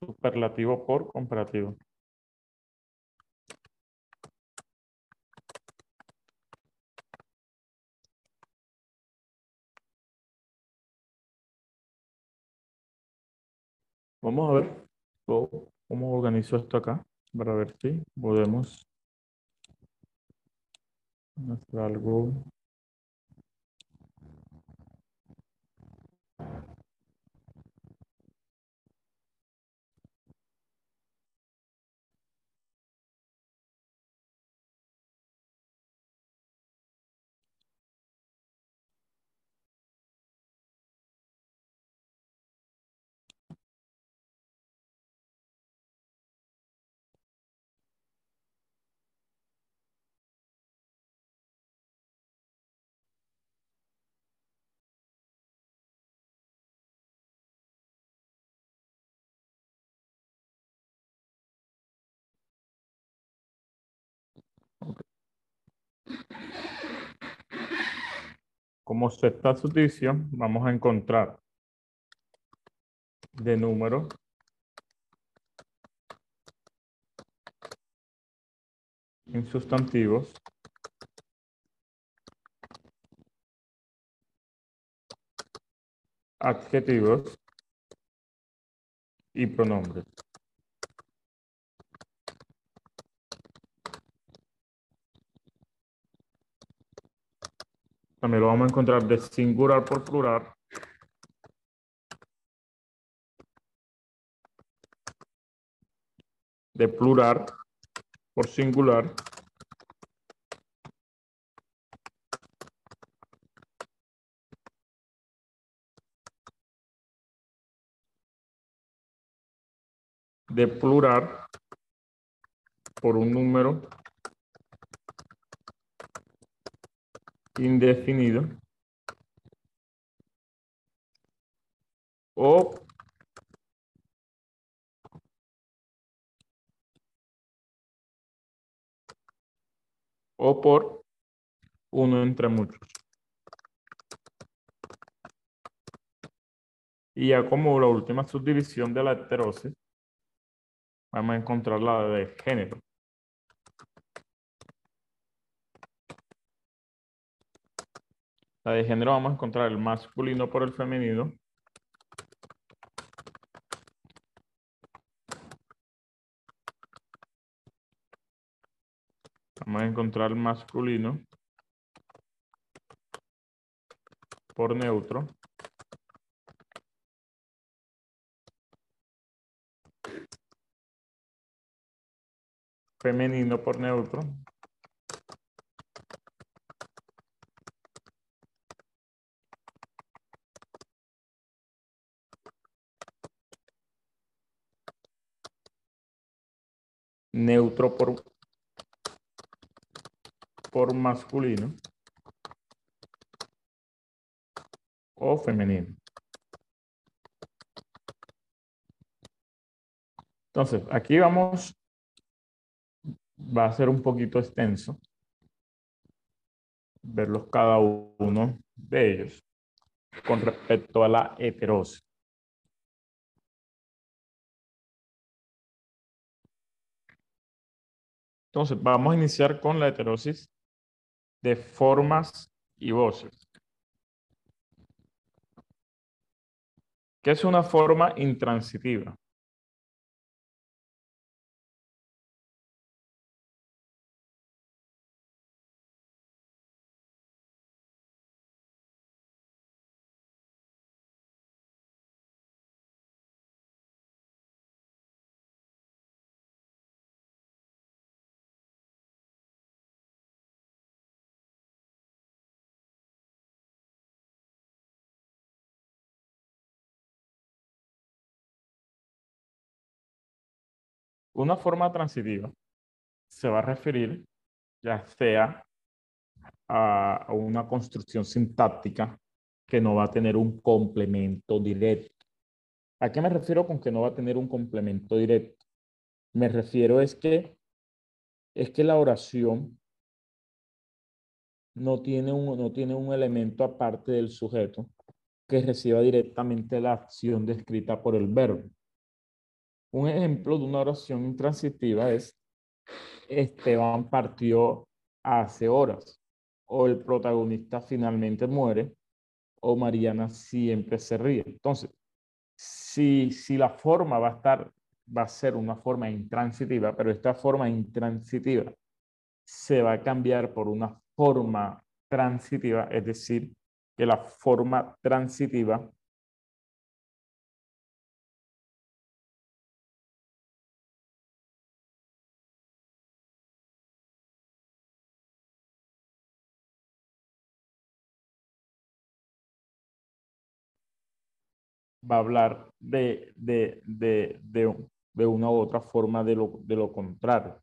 Superlativo por comparativo. Vamos a ver cómo organizo esto acá para ver si podemos hacer algo. Como sexta subdivisión, vamos a encontrar de número en sustantivos, adjetivos y pronombres. También lo vamos a encontrar de singular por plural, de plural por singular, de plural por un número indefinido o por uno entre muchos. Y ya como la última subdivisión de la heterosis, vamos a encontrar la de género. La de género vamos a encontrar el masculino por el femenino, vamos a encontrar el masculino por neutro, femenino por neutro, neutro por masculino o femenino. Entonces, aquí va a ser un poquito extenso verlos cada uno de ellos con respecto a la heterosis. Entonces, vamos a iniciar con la heterosis de formas y voces. ¿Qué es una forma intransitiva? Una forma transitiva se va a referir ya sea a una construcción sintáctica que no va a tener un complemento directo. ¿A qué me refiero con que no va a tener un complemento directo? Me refiero es que la oración no tiene un elemento aparte del sujeto que reciba directamente la acción descrita por el verbo. Un ejemplo de una oración intransitiva es: Esteban partió hace horas, o el protagonista finalmente muere, o Mariana siempre se ríe. Entonces, si la forma va a ser una forma intransitiva, pero esta forma intransitiva se va a cambiar por una forma transitiva, es decir, que la forma transitiva va a hablar de una u otra forma de lo contrario.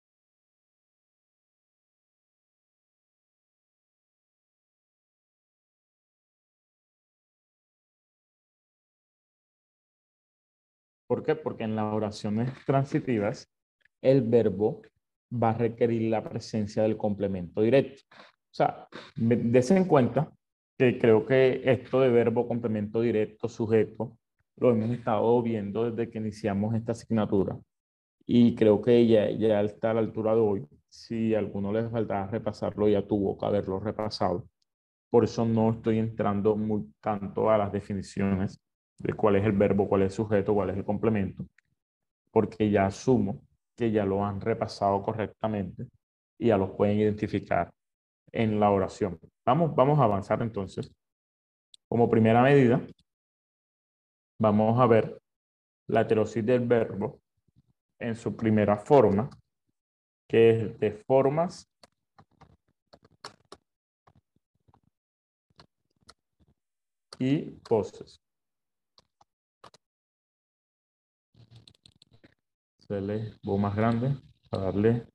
¿Por qué? Porque en las oraciones transitivas el verbo va a requerir la presencia del complemento directo. O sea, dése en cuenta que creo que esto de verbo, complemento directo, sujeto, lo hemos estado viendo desde que iniciamos esta asignatura. Y creo que ya está a la altura de hoy. Si a alguno les faltaba repasarlo, ya tuvo que haberlo repasado. Por eso no estoy entrando muy tanto a las definiciones de cuál es el verbo, cuál es el sujeto, cuál es el complemento, porque ya asumo que ya lo han repasado correctamente y ya los pueden identificar en la oración. Vamos a avanzar entonces. Como primera medida, vamos a ver la heterosis del verbo en su primera forma, que es de formas y poses. Hacerle voz más grande para darle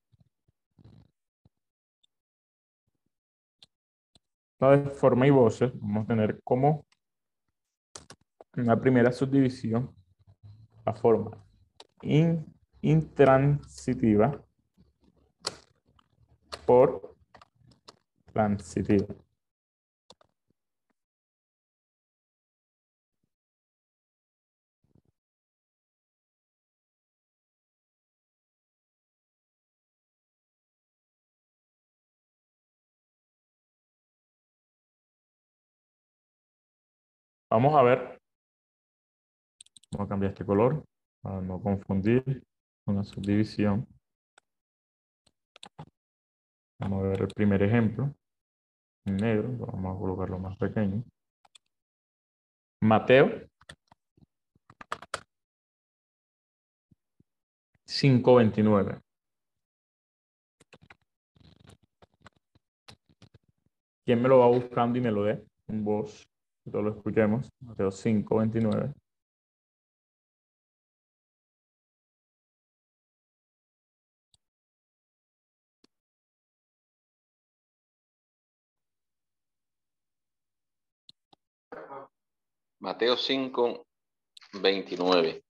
la de forma y voces. Vamos a tener como una primera subdivisión la forma intransitiva por transitiva. Vamos a ver, vamos a cambiar este color para no confundir una subdivisión. Vamos a ver el primer ejemplo en negro, vamos a colocarlo más pequeño. Mateo 5:29. ¿Quién me lo va buscando y me lo dé? En voz, que todos lo escuchemos. Mateo 5:29. Mateo 5:29.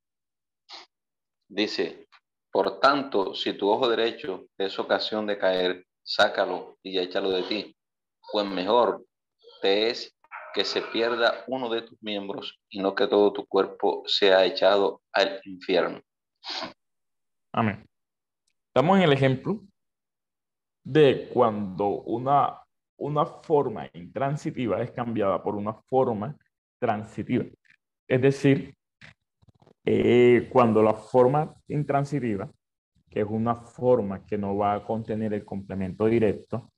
Dice, por tanto, si tu ojo derecho te es ocasión de caer, sácalo y échalo de ti. Pues mejor te es que se pierda uno de tus miembros y no que todo tu cuerpo sea echado al infierno. Amén. Estamos en el ejemplo de cuando una forma intransitiva es cambiada por una forma transitiva. Es decir, cuando la forma intransitiva, que es una forma que no va a contener el complemento directo,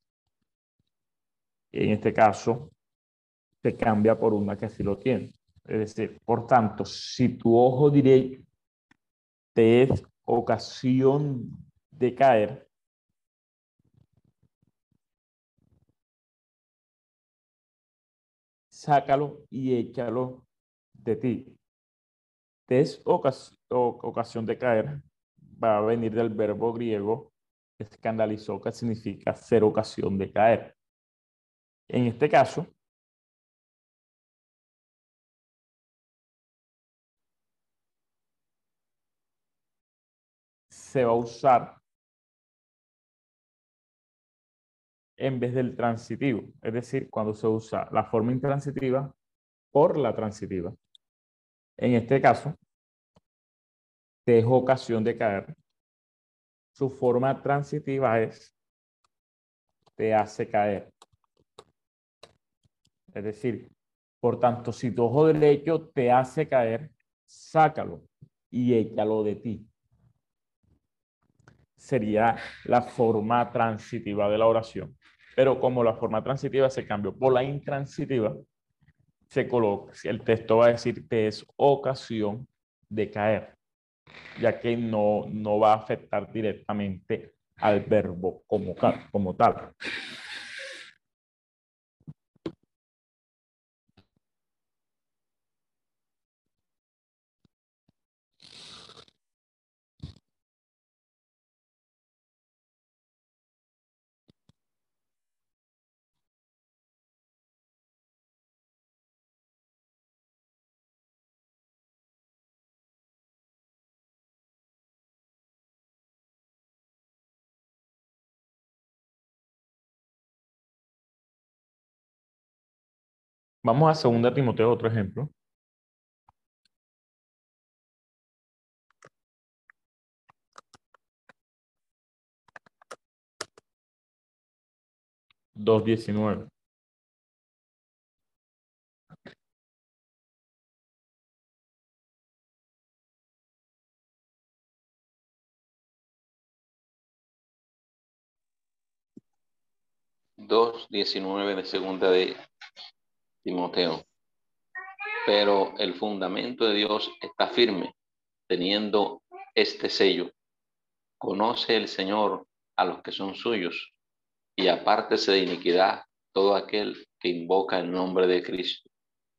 en este caso, se cambia por una que sí lo tiene. Es decir, por tanto, si tu ojo derecho te es ocasión de caer, sácalo y échalo de ti. Te es ocasión de caer, va a venir del verbo griego escandalizó, que significa ser ocasión de caer. En este caso, se va a usar en vez del transitivo, es decir, cuando se usa la forma intransitiva por la transitiva. En este caso, te es ocasión de caer. Su forma transitiva es te hace caer. Es decir, por tanto, si tu ojo derecho te hace caer, sácalo y échalo de ti. Sería la forma transitiva de la oración. Pero como la forma transitiva se cambió por la intransitiva, se coloca, el texto va a decir que es ocasión de caer, ya que no va a afectar directamente al verbo como tal. Vamos a 2 Timoteo, otro ejemplo. Dos 19. Dos 19 de segunda de Timoteo. Pero el fundamento de Dios está firme, teniendo este sello. Conoce el Señor a los que son suyos, y apártese de iniquidad todo aquel que invoca el nombre de Cristo.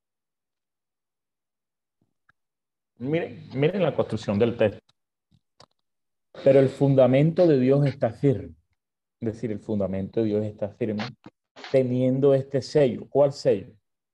Miren la construcción del texto. Pero el fundamento de Dios está firme. Es decir, el fundamento de Dios está firme, teniendo este sello. ¿Cuál sello?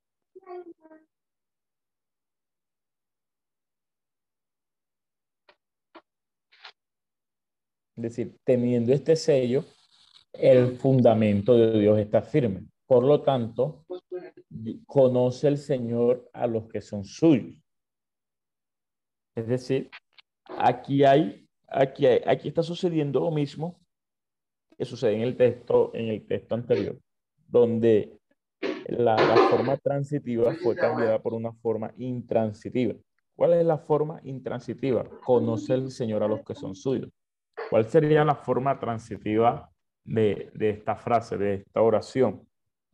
Es decir, teniendo este sello, el fundamento de Dios está firme. Por lo tanto, conoce el Señor a los que son suyos. Es decir, aquí está sucediendo lo mismo que sucede en el texto anterior, donde la forma transitiva fue cambiada por una forma intransitiva. ¿Cuál es la forma intransitiva? Conoce el Señor a los que son suyos. ¿Cuál sería la forma transitiva de esta frase, de esta oración?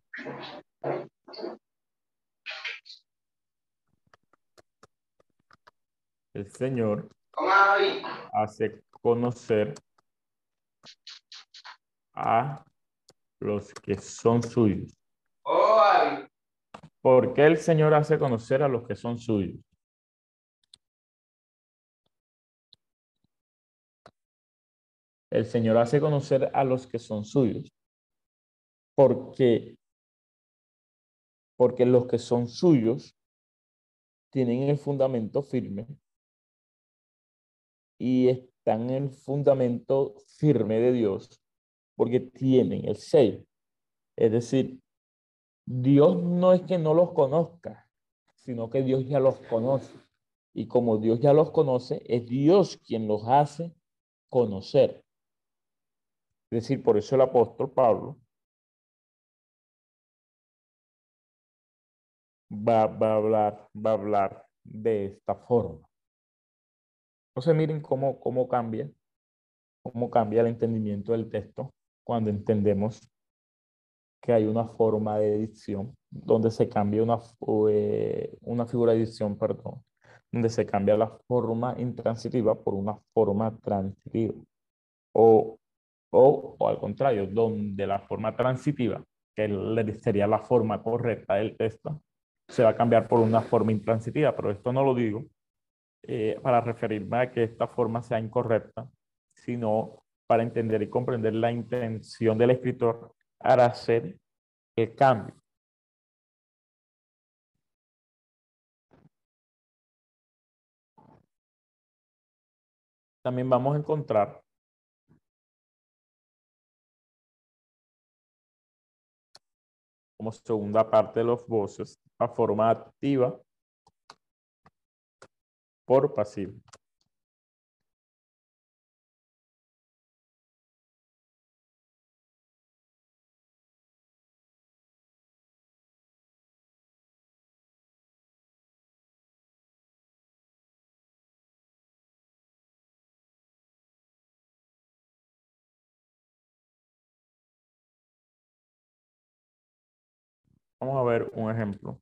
El Señor hace conocer a los que son suyos. ¿Por qué el Señor hace conocer a los que son suyos? El Señor hace conocer a los que son suyos. Porque los que son suyos tienen el fundamento firme y están en el fundamento firme de Dios porque tienen el sello. Es decir, Dios no es que no los conozca, sino que Dios ya los conoce. Y como Dios ya los conoce, es Dios quien los hace conocer. Es decir, por eso el apóstol Pablo va a hablar de esta forma. Entonces miren cómo cambia el entendimiento del texto cuando entendemos que hay una forma de edición donde se cambia una figura de edición, perdón, donde se cambia la forma intransitiva por una forma transitiva. O al contrario, donde la forma transitiva, que sería la forma correcta del texto, se va a cambiar por una forma intransitiva, pero esto no lo digo para referirme a que esta forma sea incorrecta, sino para entender y comprender la intención del escritor para hacer el cambio. También vamos a encontrar como segunda parte de los voces la forma activa por pasiva. Vamos a ver un ejemplo.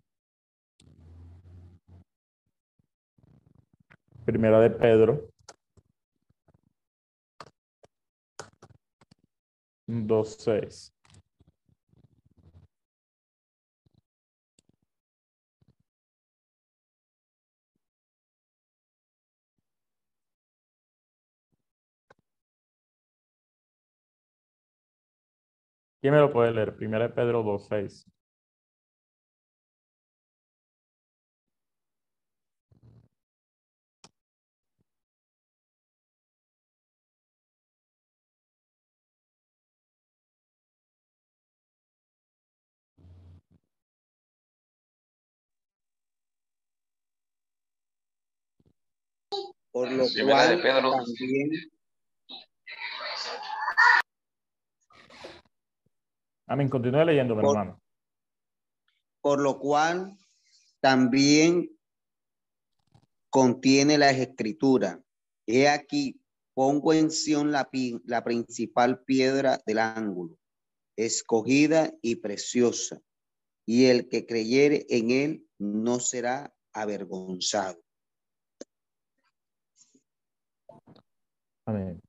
Primera de Pedro 2:6. ¿Quién me lo puede leer? Primera de Pedro 2:6. Por lo Primera de cual Pedro. también, Amén. Continúe leyendo, mi por, hermano. por lo cual también contiene las escrituras. He aquí, pongo en Sión la principal piedra del ángulo, escogida y preciosa, y el que creyere en él no será avergonzado. Amén.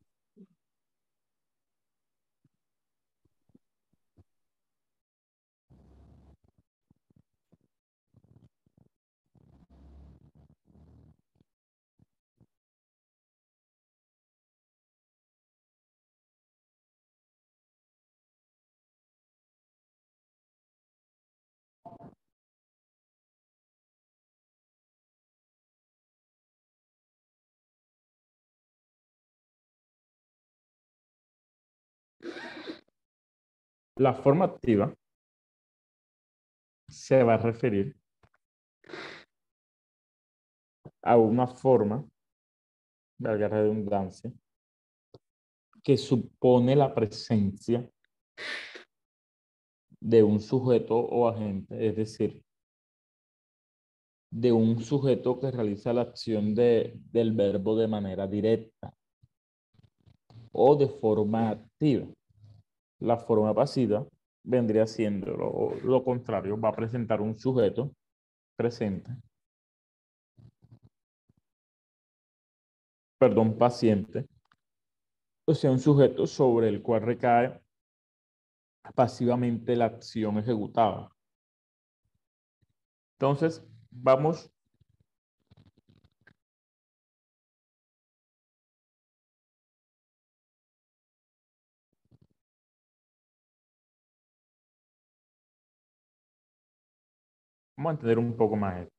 La forma activa se va a referir a una forma, valga la redundancia, que supone la presencia de un sujeto o agente, es decir, de un sujeto que realiza la acción del verbo de manera directa o de forma activa. La forma pasiva vendría siendo lo contrario, va a presentar un sujeto presente, perdón, paciente, o sea, un sujeto sobre el cual recae pasivamente la acción ejecutada. Entonces, vamos a entender un poco más esto.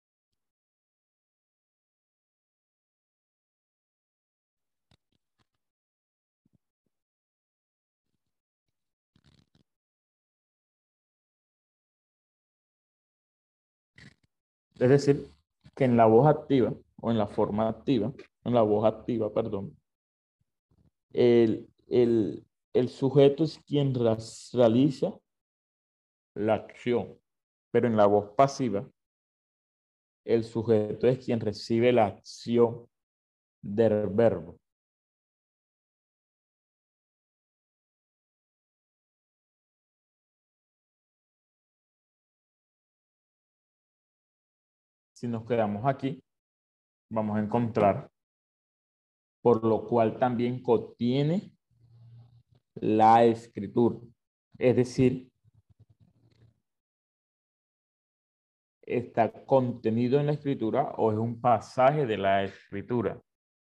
Es decir, que en la voz activa, o en la forma activa, en la voz activa, perdón, el sujeto es quien realiza la acción, pero en la voz pasiva, el sujeto es quien recibe la acción del verbo. Si nos quedamos aquí, vamos a encontrar, por lo cual también contiene la escritura. Es decir, está contenido en la escritura o es un pasaje de la escritura.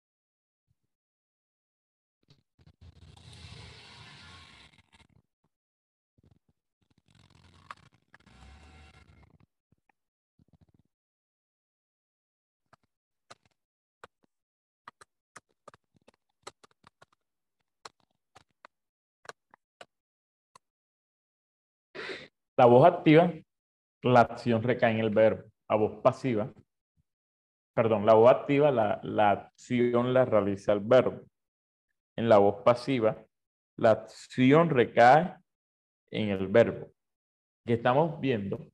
La voz activa, la acción recae en el verbo. La voz pasiva, perdón, la voz activa, la acción la realiza el verbo. En la voz pasiva, la acción recae en el verbo. Que estamos viendo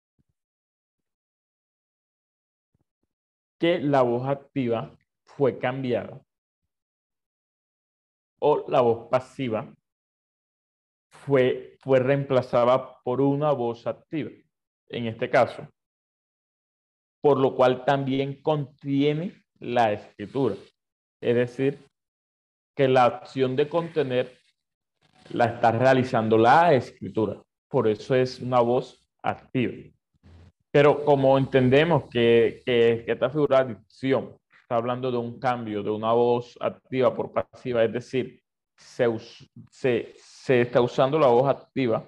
que la voz activa fue cambiada o la voz pasiva fue reemplazada por una voz activa, en este caso, por lo cual también contiene la escritura. Es decir, que la acción de contener la está realizando la escritura. Por eso es una voz activa. Pero como entendemos que esta figura de dicción está hablando de un cambio de una voz activa por pasiva, es decir, se está usando la voz activa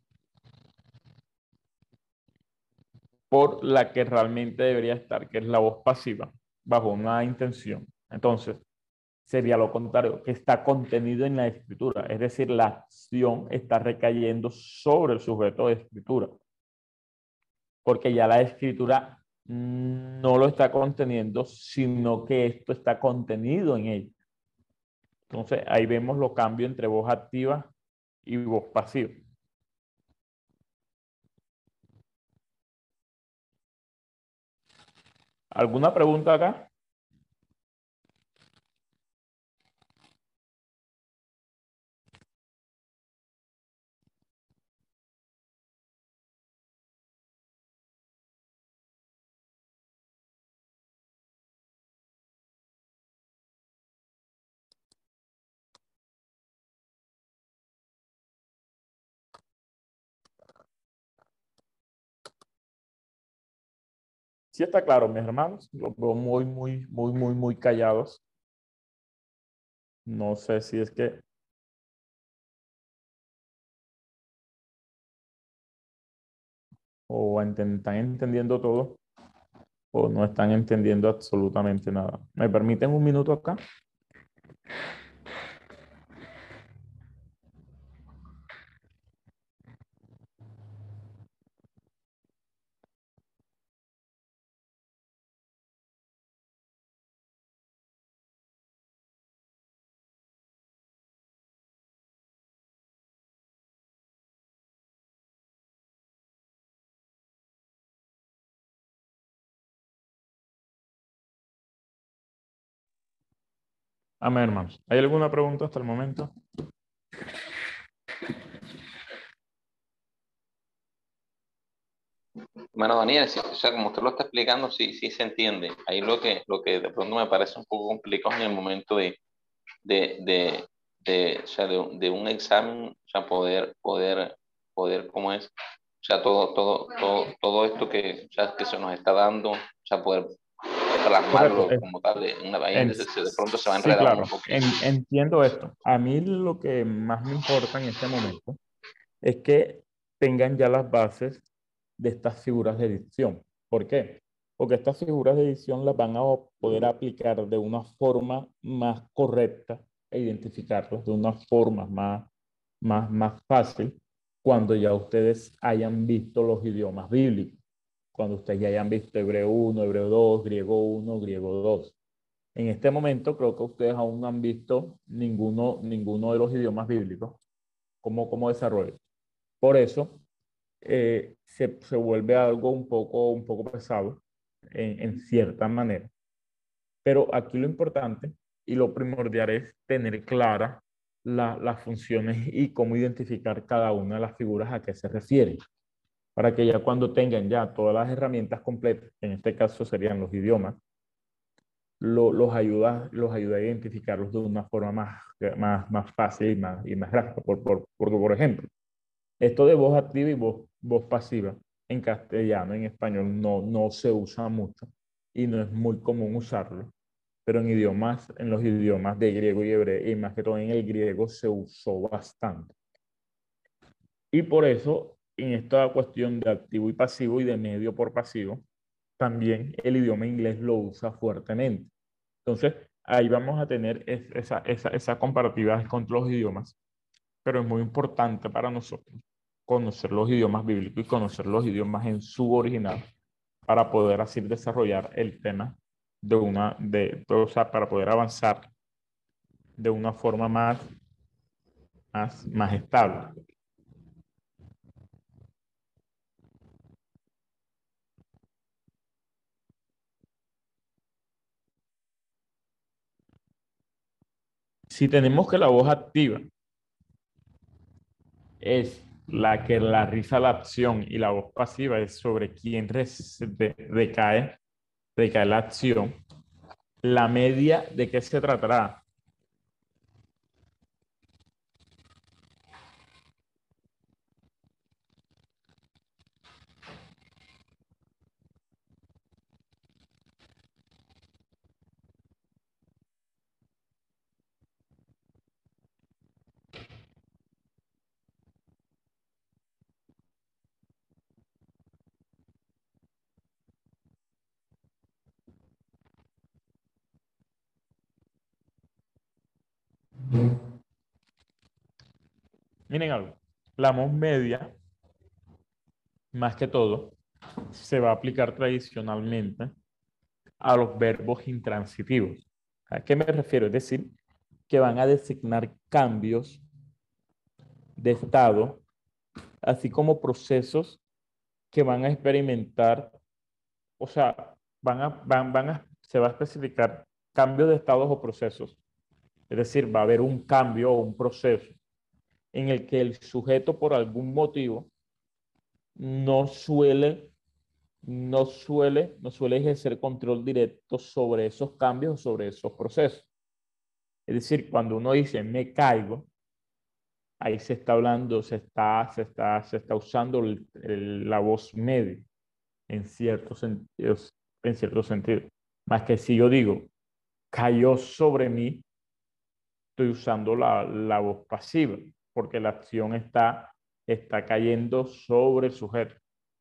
por la que realmente debería estar, que es la voz pasiva, bajo una intención. Entonces, sería lo contrario, que está contenido en la escritura, es decir, la acción está recayendo sobre el sujeto de escritura, porque ya la escritura no lo está conteniendo, sino que esto está contenido en ella. Entonces, ahí vemos los cambios entre voz activa y voz pasiva. ¿Alguna pregunta acá? Sí está claro, mis hermanos. Los veo muy callados. No sé si es que o están entendiendo todo o no están entendiendo absolutamente nada. ¿Me permiten un minuto acá? Amén, hermanos. ¿Hay alguna pregunta hasta el momento? Bueno, Daniel, o sea, como usted lo está explicando, sí, sí se entiende. Ahí lo que de pronto me parece un poco complicado en el momento de, de, o sea, de un examen, o sea, poder, ¿cómo es? O sea, todo esto o sea, que se nos está dando, o sea, poder Correcto. plasmarlo como tal en una vaina, de pronto se va a Sí, enredar un claro. poquito. Entiendo esto. A mí lo que más me importa en este momento es que tengan ya las bases de estas figuras de edición. ¿Por qué? Porque estas figuras de edición las van a poder aplicar de una forma más correcta e identificarlas de una forma más fácil cuando ya ustedes hayan visto los idiomas bíblicos, cuando ustedes ya hayan visto Hebreo 1, Hebreo 2, Griego 1, Griego 2. En este momento creo que ustedes aún no han visto ninguno de los idiomas bíblicos como desarrollo. Por eso se vuelve algo un poco pesado en cierta manera. Pero aquí lo importante y lo primordial es tener claras las funciones y cómo identificar cada una de las figuras a qué se refieren, para que ya cuando tengan ya todas las herramientas completas, en este caso serían los idiomas, los ayuda a identificarlos de una forma más fácil y más gráfica. Porque, por ejemplo, esto de voz activa y voz pasiva en castellano, en español, no se usa mucho y no es muy común usarlo. Pero en los idiomas de griego y hebreo, y más que todo en el griego, se usó bastante. Y por eso, en esta cuestión de activo y pasivo y de medio por pasivo, también el idioma inglés lo usa fuertemente. Entonces, ahí vamos a tener esa comparatividad con los idiomas, pero es muy importante para nosotros conocer los idiomas bíblicos y conocer los idiomas en su original para poder así desarrollar el tema o sea, para poder avanzar de una forma más estable. Si tenemos que la voz activa es la que realiza la acción y la voz pasiva es sobre quién recae la acción. La media, ¿de qué se tratará? Miren algo, la voz media, más que todo, se va a aplicar tradicionalmente a los verbos intransitivos. ¿A qué me refiero? Es decir, que van a designar cambios de estado, así como procesos que van a experimentar, o sea, se va a especificar cambios de estados o procesos. Es decir, va a haber un cambio o un proceso en el que el sujeto por algún motivo no suele ejercer control directo sobre esos cambios o sobre esos procesos. Es decir, cuando uno dice me caigo, ahí se está hablando, se está usando la voz media en ciertos sentidos, en cierto sentido. Más que si yo digo cayó sobre mí, estoy usando la voz pasiva, porque la acción está cayendo sobre el sujeto.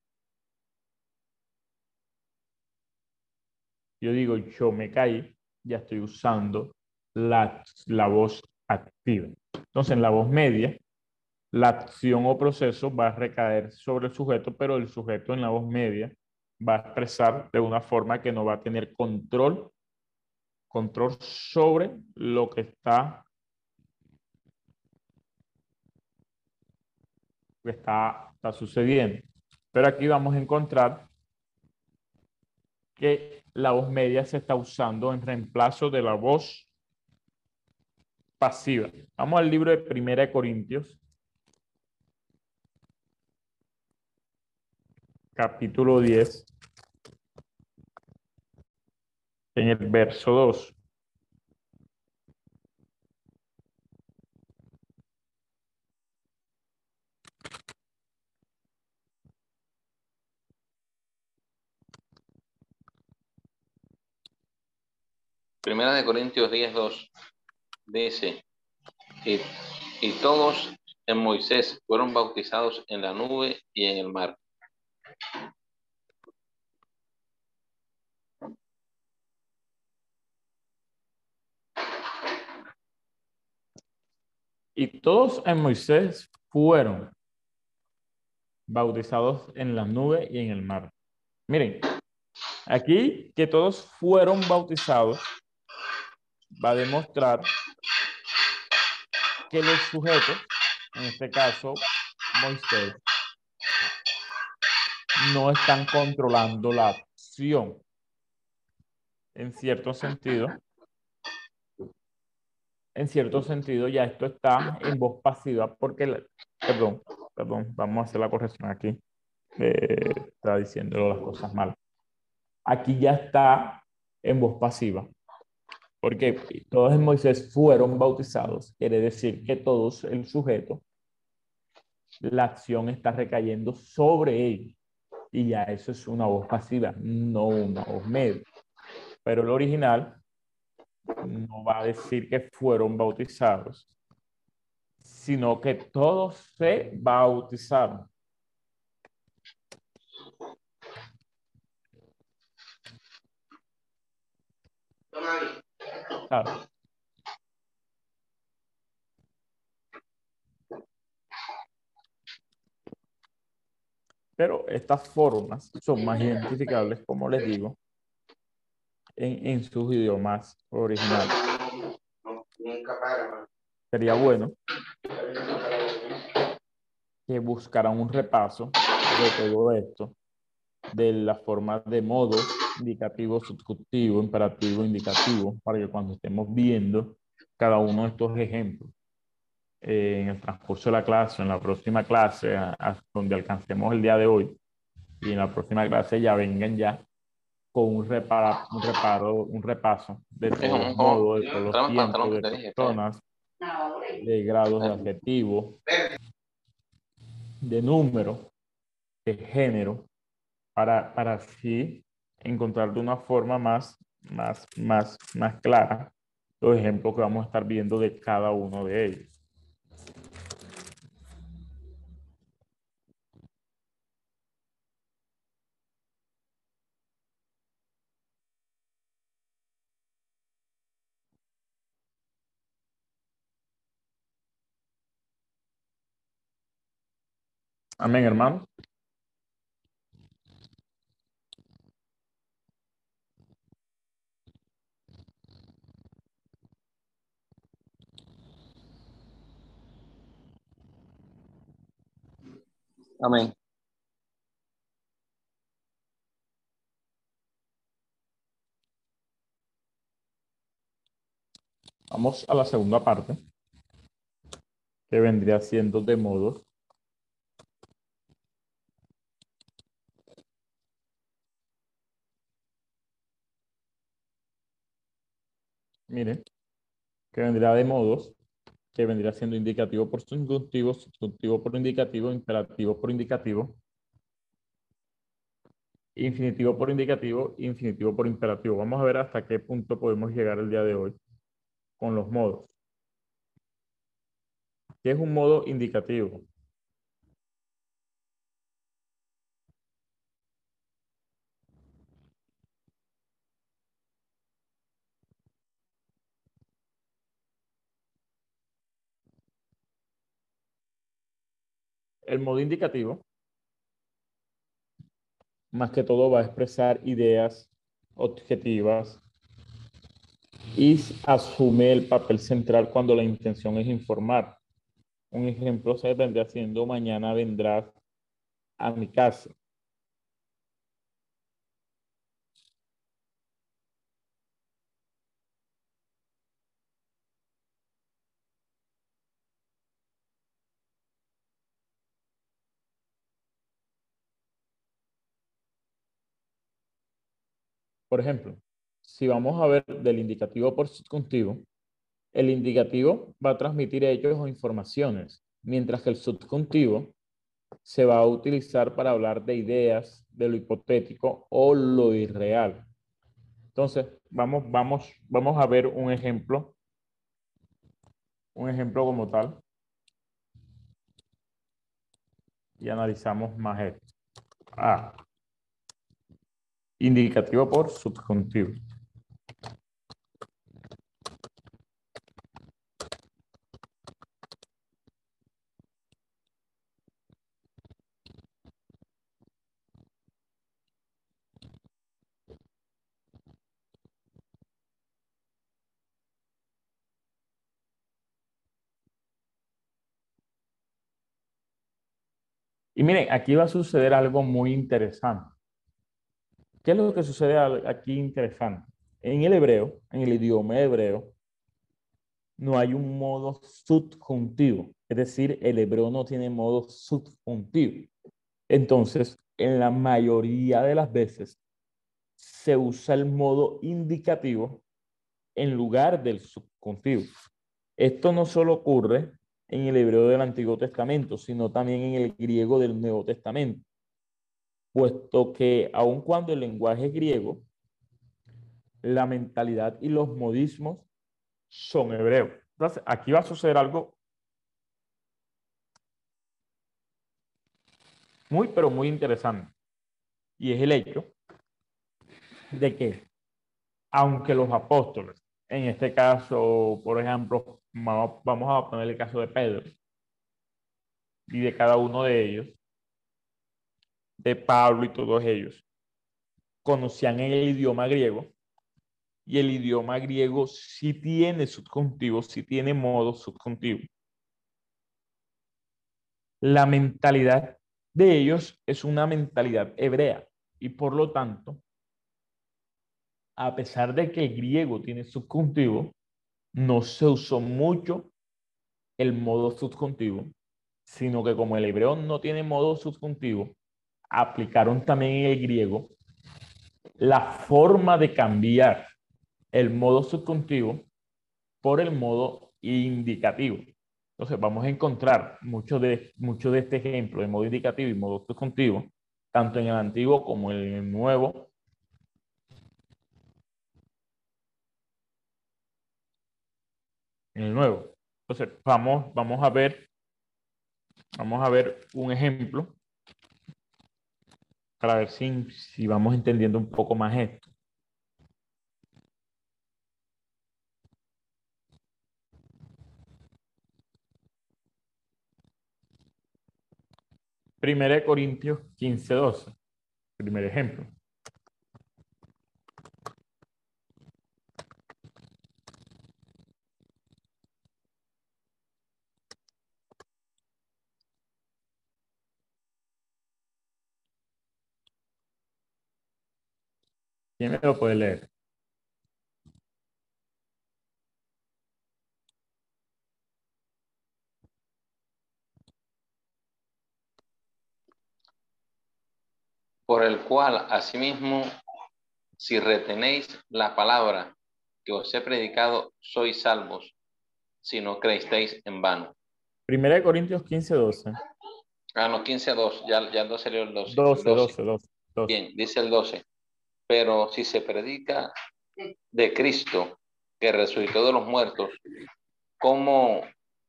Yo digo yo me caí, ya estoy usando la voz activa. Entonces, en la voz media, la acción o proceso va a recaer sobre el sujeto, pero el sujeto en la voz media va a expresar de una forma que no va a tener control sobre lo que está sucediendo. Pero aquí vamos a encontrar que la voz media se está usando en reemplazo de la voz pasiva. Vamos al libro de Primera de Corintios, capítulo 10, en el verso 2. Primera de Corintios 10:2 dice, y todos en Moisés fueron bautizados en la nube y en el mar. Y todos en Moisés fueron bautizados en la nube y en el mar. Miren, aquí que todos fueron bautizados va a demostrar que los sujetos, en este caso Moisés, no están controlando la acción. En cierto sentido, ya esto está en voz pasiva porque, perdón, vamos a hacer la corrección aquí. Está diciendo las cosas mal. Aquí ya está en voz pasiva, porque todos en Moisés fueron bautizados, quiere decir que todos el sujeto, la acción está recayendo sobre ellos, y ya eso es una voz pasiva, no una voz media. Pero el original no va a decir que fueron bautizados, sino que todos se bautizaron. Claro. Pero estas formas son más identificables, como les digo, en sus idiomas originales. Sería bueno que buscaran un repaso de todo esto, de las formas de modos, indicativo, subjuntivo, imperativo, indicativo, para que cuando estemos viendo cada uno de estos ejemplos, en el transcurso de la clase, en la próxima clase, donde alcancemos el día de hoy, y en la próxima clase ya vengan ya con un repaso de todos los modos, de todos los Tráeme el pantalón tiempos, que de te dije, espera. personas, de grados de adjetivo, de número, de género, para así encontrar de una forma más clara los ejemplos que vamos a estar viendo de cada uno de ellos. Amén, hermanos. Amén. Vamos a la segunda parte, que vendría siendo de modos. Miren, que vendría de modos, que vendría siendo indicativo por subjuntivo, subjuntivo por indicativo, imperativo por indicativo, infinitivo por indicativo, infinitivo por imperativo. Vamos a ver hasta qué punto podemos llegar el día de hoy con los modos. ¿Qué es un modo indicativo? El modo indicativo, más que todo, va a expresar ideas objetivas y asume el papel central cuando la intención es informar. Un ejemplo se vendría siendo: mañana vendrás a mi casa. Por ejemplo, si vamos a ver del indicativo por subjuntivo, el indicativo va a transmitir hechos o informaciones, mientras que el subjuntivo se va a utilizar para hablar de ideas, de lo hipotético o lo irreal. Entonces, vamos a ver un ejemplo como tal, y analizamos más esto. Indicativo por subjuntivo. Y miren, aquí va a suceder algo muy interesante. ¿Qué es lo que sucede aquí interesante? En el hebreo, en el idioma hebreo, no hay un modo subjuntivo. Es decir, el hebreo no tiene modo subjuntivo. Entonces, en la mayoría de las veces, se usa el modo indicativo en lugar del subjuntivo. Esto no solo ocurre en el hebreo del Antiguo Testamento, sino también en el griego del Nuevo Testamento, puesto que aun cuando el lenguaje griego, la mentalidad y los modismos son hebreos. Entonces, aquí va a suceder algo muy, pero muy interesante, y es el hecho de que, aunque los apóstoles, en este caso, por ejemplo, vamos a poner el caso de Pedro y de cada uno de ellos, de Pablo y todos ellos, conocían el idioma griego, y el idioma griego sí tiene subjuntivo, sí tiene modo subjuntivo. La mentalidad de ellos es una mentalidad hebrea, y por lo tanto, a pesar de que el griego tiene subjuntivo, no se usó mucho el modo subjuntivo, sino que como el hebreo no tiene modo subjuntivo, aplicaron también en el griego la forma de cambiar el modo subjuntivo por el modo indicativo. Entonces vamos a encontrar mucho de este ejemplo de modo indicativo y modo subjuntivo, tanto en el antiguo como en el nuevo. En el nuevo. Entonces vamos a ver un ejemplo para ver si vamos entendiendo un poco más esto. Primera de Corintios 15:12. Primer ejemplo. ¿Quién me lo puede leer? Por el cual, asimismo, si retenéis la palabra que os he predicado, sois salvos, si no creísteis en vano. Primera de Corintios 15:12. Ah, no, 15:2, ya el 12 leo el 12. 12, 12, 12. Bien, dice el 12. Pero si se predica de Cristo, que resucitó de los muertos, ¿cómo,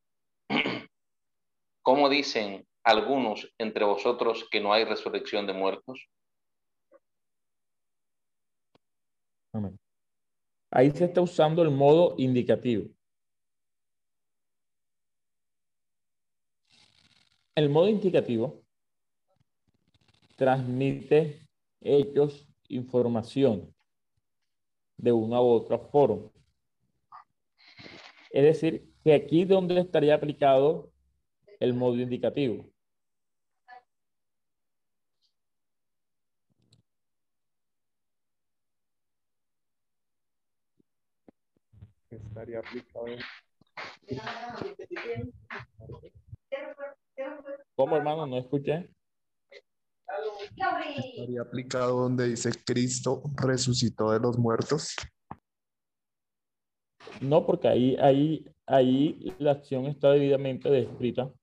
cómo dicen algunos entre vosotros que no hay resurrección de muertos? Amén. Ahí se está usando el modo indicativo. El modo indicativo transmite hechos, información de una u otra forma. Es decir, que aquí donde estaría aplicado el modo indicativo. Estaría aplicado ¿Cómo, hermano? No escuché. estaría aplicado donde dice Cristo resucitó de los muertos. No, porque ahí la acción está debidamente descrita,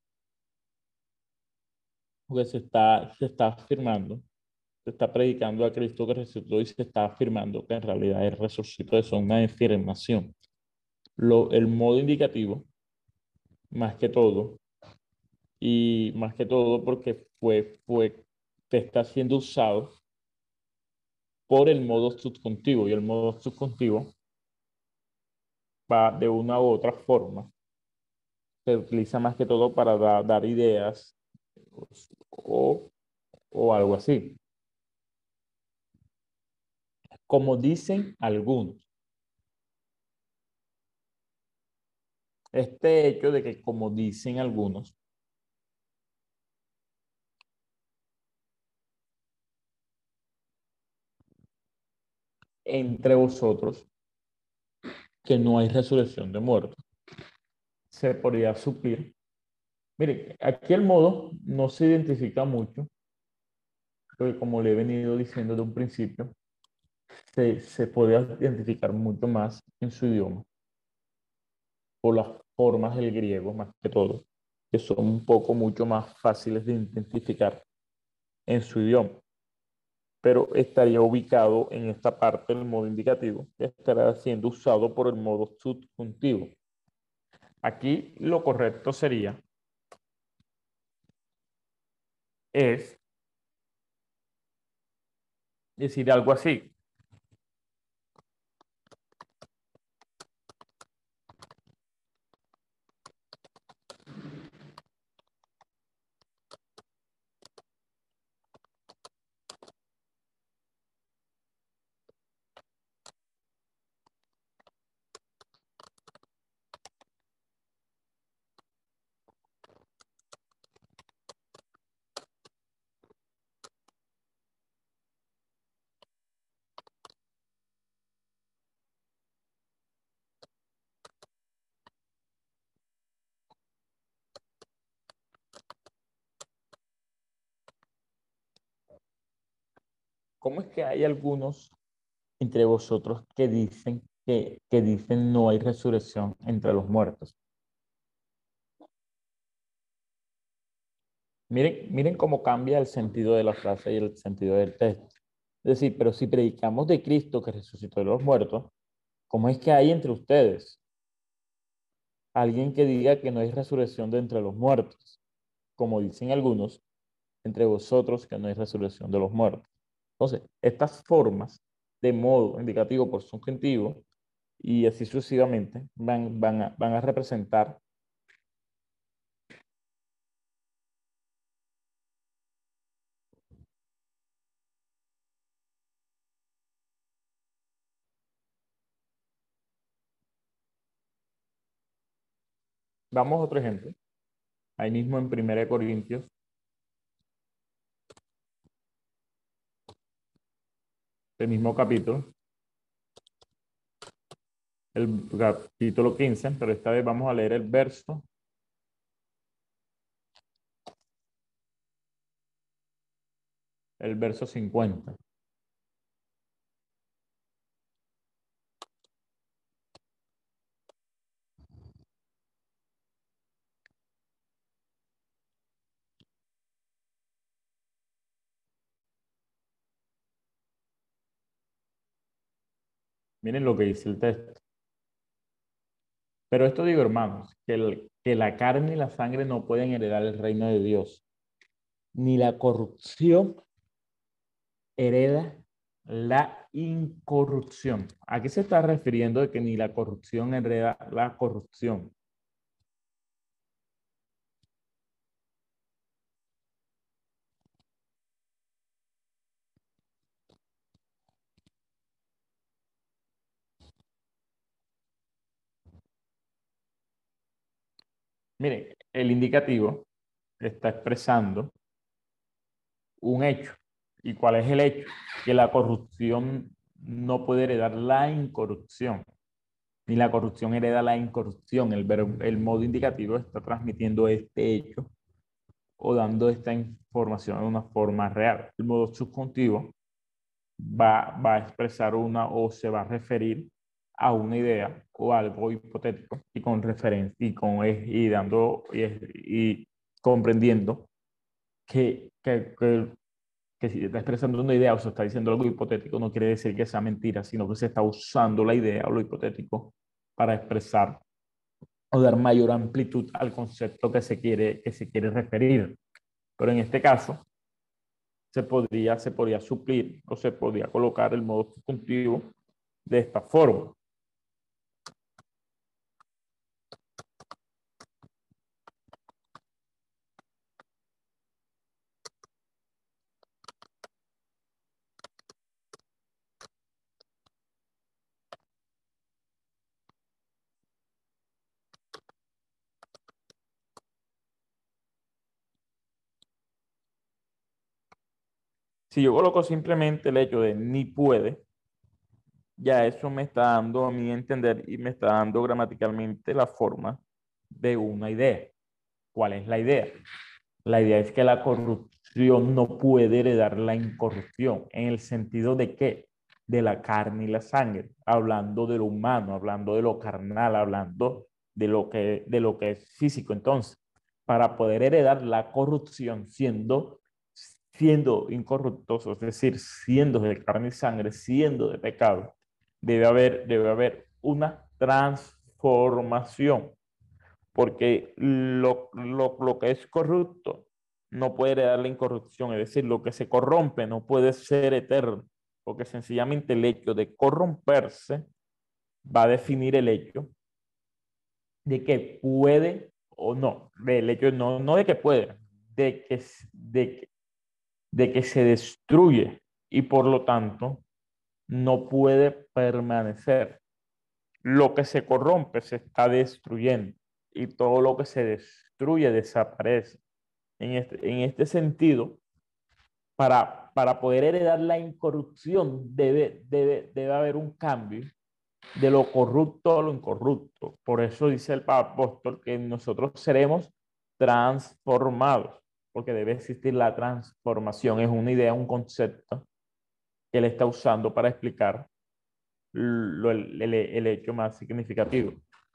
porque se está afirmando, se está predicando a Cristo que resucitó y se está afirmando que en realidad el resucitó. Eso es una afirmación. El modo indicativo, más que todo, y más que todo porque que está siendo usado por el modo subjuntivo, y el modo subjuntivo va de una u otra forma. Se utiliza más que todo para dar ideas o, o algo así. Como dicen algunos. Este hecho de que, como dicen algunos, entre vosotros, que no hay resurrección de muertos, se podría suplir. Mire, aquí el modo no se identifica mucho, porque como le he venido diciendo de un principio, se puede identificar mucho más en su idioma, por las formas del griego más que todo, que son un poco mucho más fáciles de identificar en su idioma. Pero estaría ubicado en esta parte del modo indicativo, que estará siendo usado por el modo subjuntivo. Aquí lo correcto sería es decir algo así. ¿cómo es que hay algunos entre vosotros que dicen no hay resurrección entre los muertos? Miren cómo cambia el sentido de la frase y el sentido del texto. Es decir, pero si predicamos de Cristo que resucitó de los muertos, ¿cómo es que hay entre ustedes alguien que diga que no hay resurrección de entre los muertos? Como dicen algunos, entre vosotros que no hay resurrección de los muertos. Entonces, estas formas de modo indicativo por subjuntivo y así sucesivamente van a representar. Vamos a otro ejemplo. Ahí mismo en 1 Corintios, el mismo capítulo, el capítulo 15, pero esta vez vamos a leer el verso 50. Miren lo que dice el texto. Pero esto digo, hermanos, que la carne y la sangre no pueden heredar el reino de Dios, ni la corrupción hereda la incorrupción. ¿A qué se está refiriendo de que ni la corrupción hereda la corrupción? Miren, el indicativo está expresando un hecho. ¿Y cuál es el hecho? Que la corrupción no puede heredar la incorrupción, ni la corrupción hereda la incorrupción. El modo indicativo está transmitiendo este hecho o dando esta información de una forma real. El modo subjuntivo va a expresar una o se va a referir a una idea o algo hipotético y con referencia y dando y comprendiendo que si está expresando una idea o se está diciendo algo hipotético, no quiere decir que sea mentira, sino que se está usando la idea o lo hipotético para expresar o dar mayor amplitud al concepto que se quiere referir. Pero en este caso, se podría suplir o se podría colocar el modo subjuntivo de esta forma. Si yo coloco simplemente el hecho de ni puede, ya eso me está dando a mí a entender y me está dando gramaticalmente la forma de una idea. ¿Cuál es la idea? La idea es que la corrupción no puede heredar la incorrupción, en el sentido de qué? De la carne y la sangre, hablando de lo humano, hablando de lo carnal, hablando de lo que es físico. Entonces, para poder heredar la corrupción siendo incorruptos, es decir, siendo de carne y sangre, siendo de pecado, debe haber una transformación, porque lo que es corrupto no puede heredar la incorrupción, es decir, lo que se corrompe no puede ser eterno, porque sencillamente el hecho de corromperse va a definir el hecho de que puede o no, del hecho no de que puede, de que, de que se destruye y por lo tanto no puede permanecer. Lo que se corrompe se está destruyendo y todo lo que se destruye desaparece. En este sentido, para poder heredar la incorrupción debe haber un cambio de lo corrupto a lo incorrupto. Por eso dice el apóstol que nosotros seremos transformados, porque debe existir la transformación. Es una idea, un concepto que él está usando para explicar el hecho más significativo.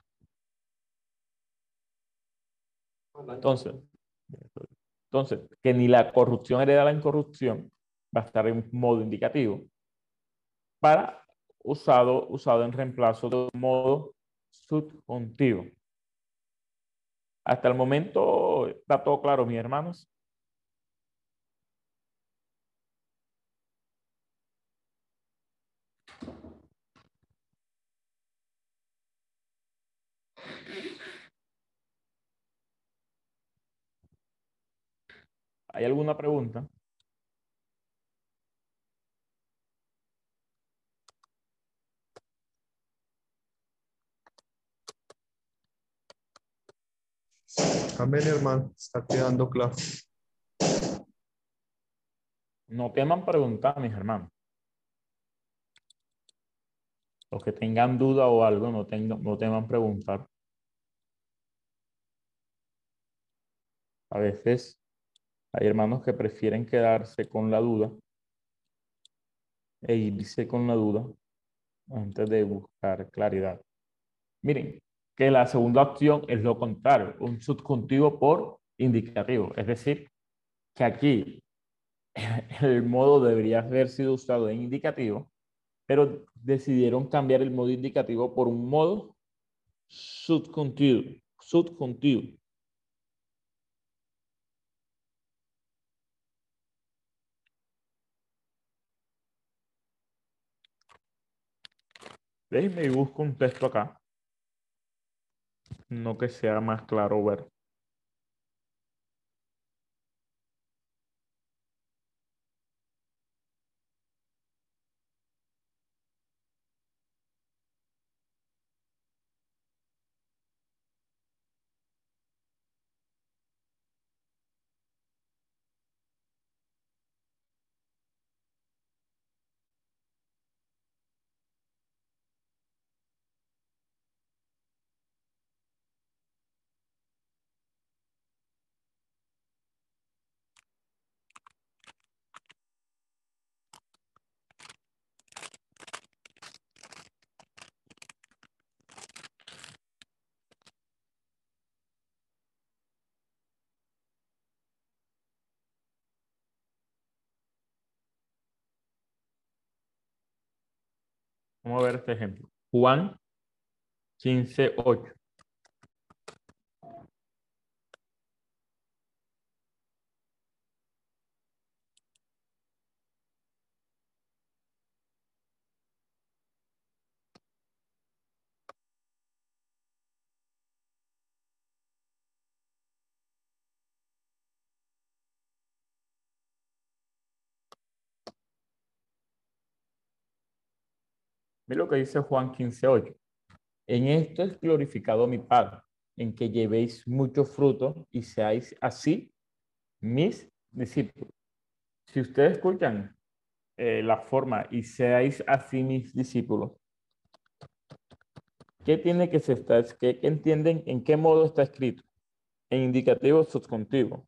Entonces, que ni la corrupción hereda la incorrupción va a estar en modo indicativo para usado en reemplazo de un modo subjuntivo. Hasta el momento está todo claro, mis hermanos. ¿Hay alguna pregunta? Amén, hermano. Está quedando claro. No teman preguntar, mis hermanos. Los que tengan duda o algo, no teman preguntar. A veces hay hermanos que prefieren quedarse con la duda e irse con la duda antes de buscar claridad. Miren, que la segunda opción es lo contrario, un subjuntivo por indicativo. Es decir, que aquí el modo debería haber sido usado en indicativo, pero decidieron cambiar el modo indicativo por un modo subjuntivo. Subjuntivo. Déjenme y busco un texto acá, no que sea más claro ver. Vamos a ver este ejemplo. Juan 15:8. Ve lo que dice Juan 15:8. En esto es glorificado mi Padre, en que llevéis mucho fruto y seáis así mis discípulos. Si ustedes escuchan la forma y seáis así mis discípulos, ¿qué tiene que ser? ¿Qué entienden? ¿En qué modo está escrito? En indicativo subjuntivo.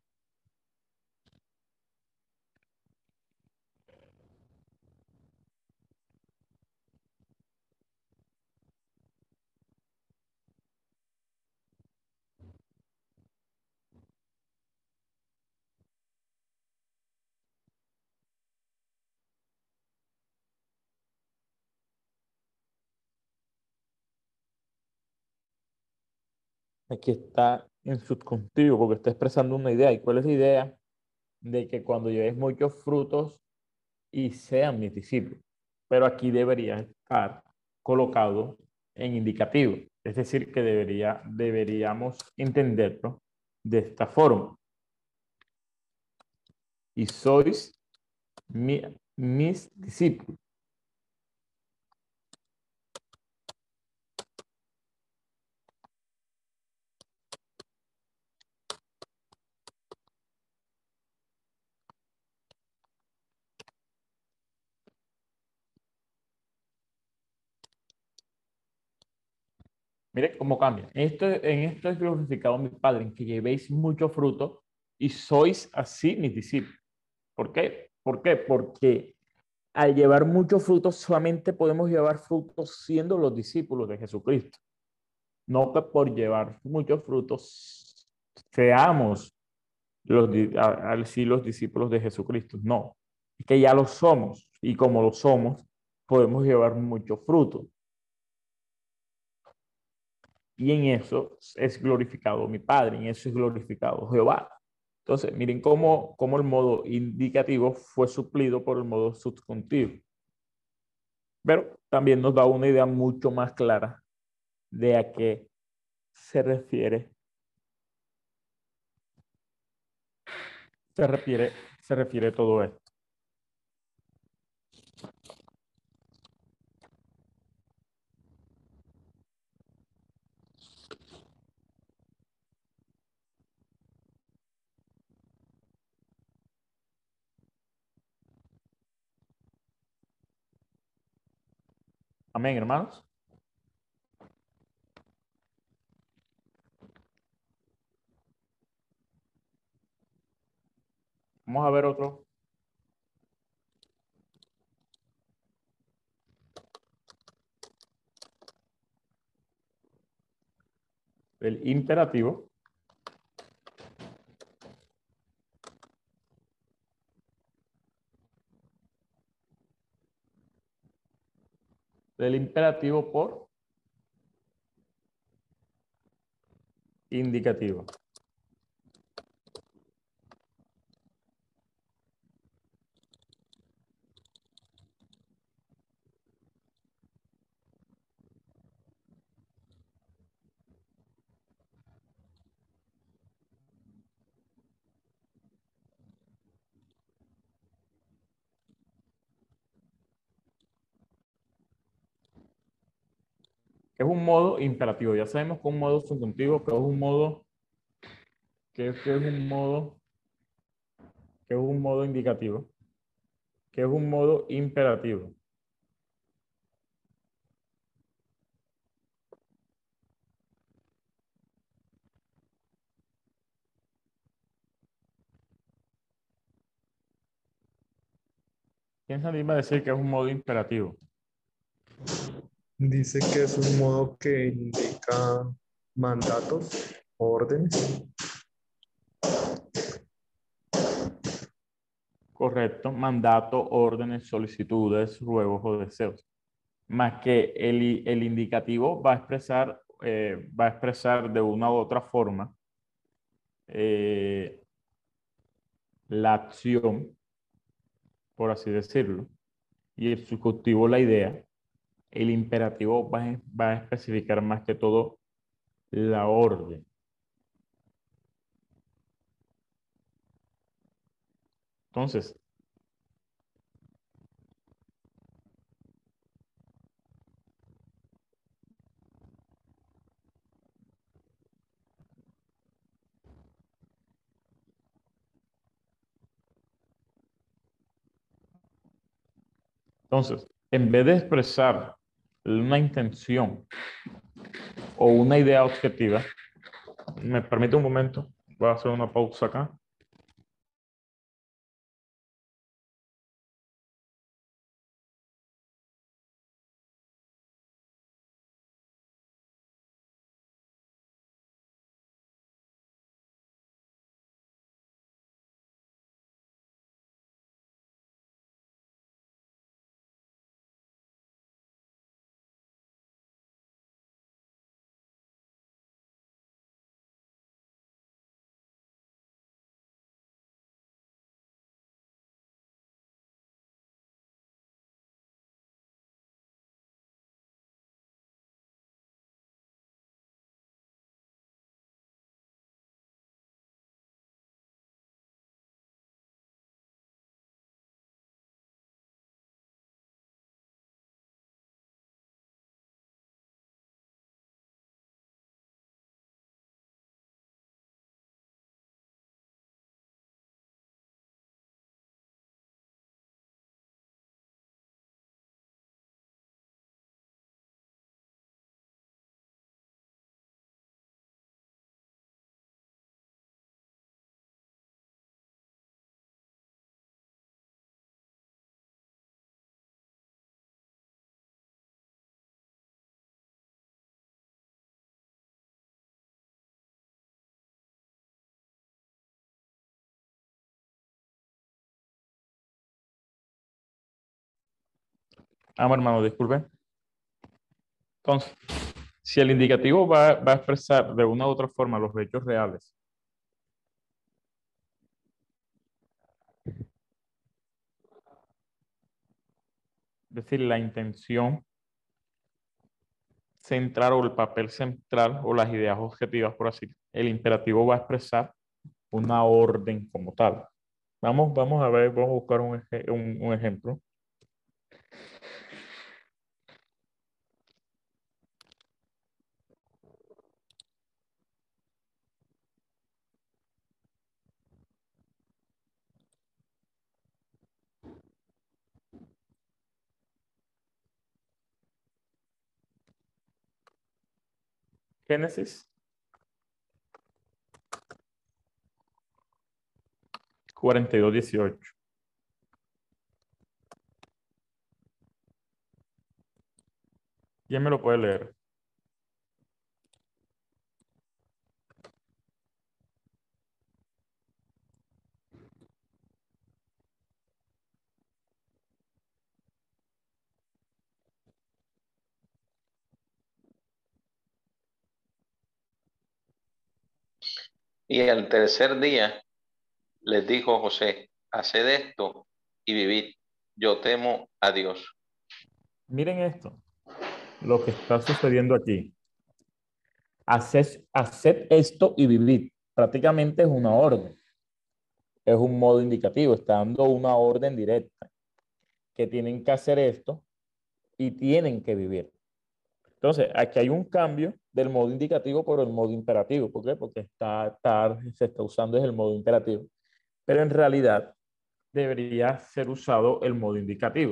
Aquí está en subjuntivo porque está expresando una idea. ¿Y cuál es la idea? De que cuando llevéis muchos frutos y sean mis discípulos. Pero aquí debería estar colocado en indicativo. Es decir, que deberíamos entenderlo de esta forma. Y sois mis discípulos. Mire cómo cambia. En esto es glorificado mi Padre, en que llevéis mucho fruto y sois así mis discípulos. ¿Por qué? ¿Por qué? Porque al llevar muchos frutos, solamente podemos llevar frutos siendo los discípulos de Jesucristo. No que por llevar muchos frutos seamos sí, los discípulos de Jesucristo. No, es que ya lo somos. Y como lo somos, podemos llevar mucho fruto. Y en eso es glorificado mi Padre, en eso es glorificado Jehová. Entonces, miren cómo el modo indicativo fue suplido por el modo subjuntivo. Pero también nos da una idea mucho más clara de a qué se refiere, se refiere, se refiere todo esto. Amén, hermanos. Vamos a ver otro. El imperativo. Del imperativo por indicativo. Que es un modo imperativo. Ya sabemos que un modo subjuntivo, que es un modo, que es un modo indicativo, que es un modo imperativo. ¿Quién se anima a decir que es un modo imperativo? Dice que es un modo que indica mandatos, órdenes. Correcto. Mandato, órdenes, solicitudes, ruegos o deseos. Más que el indicativo va a expresar de una u otra forma eh, la acción, por así decirlo, y el subjuntivo la idea. El imperativo va a especificar más que todo la orden. Entonces, en vez de expresar una intención o una idea objetiva, me permite un momento, voy a hacer una pausa acá. Hermano, disculpe. Entonces, si el indicativo va a expresar de una u otra forma los hechos reales, es decir, la intención central o el papel central o las ideas objetivas, por así decirlo, el imperativo va a expresar una orden como tal. Vamos a ver, vamos a buscar un ejemplo. Génesis 42:18. ¿Quién me lo puede leer? Y al tercer día les dijo José, haced esto y vivid. Yo temo a Dios. Miren esto, lo que está sucediendo aquí. Haced esto y vivid. Prácticamente es una orden, es un modo indicativo, está dando una orden directa, que tienen que hacer esto y tienen que vivir. Entonces, aquí hay un cambio del modo indicativo por el modo imperativo. ¿Por qué? Porque se está usando es el modo imperativo. Pero en realidad debería ser usado el modo indicativo.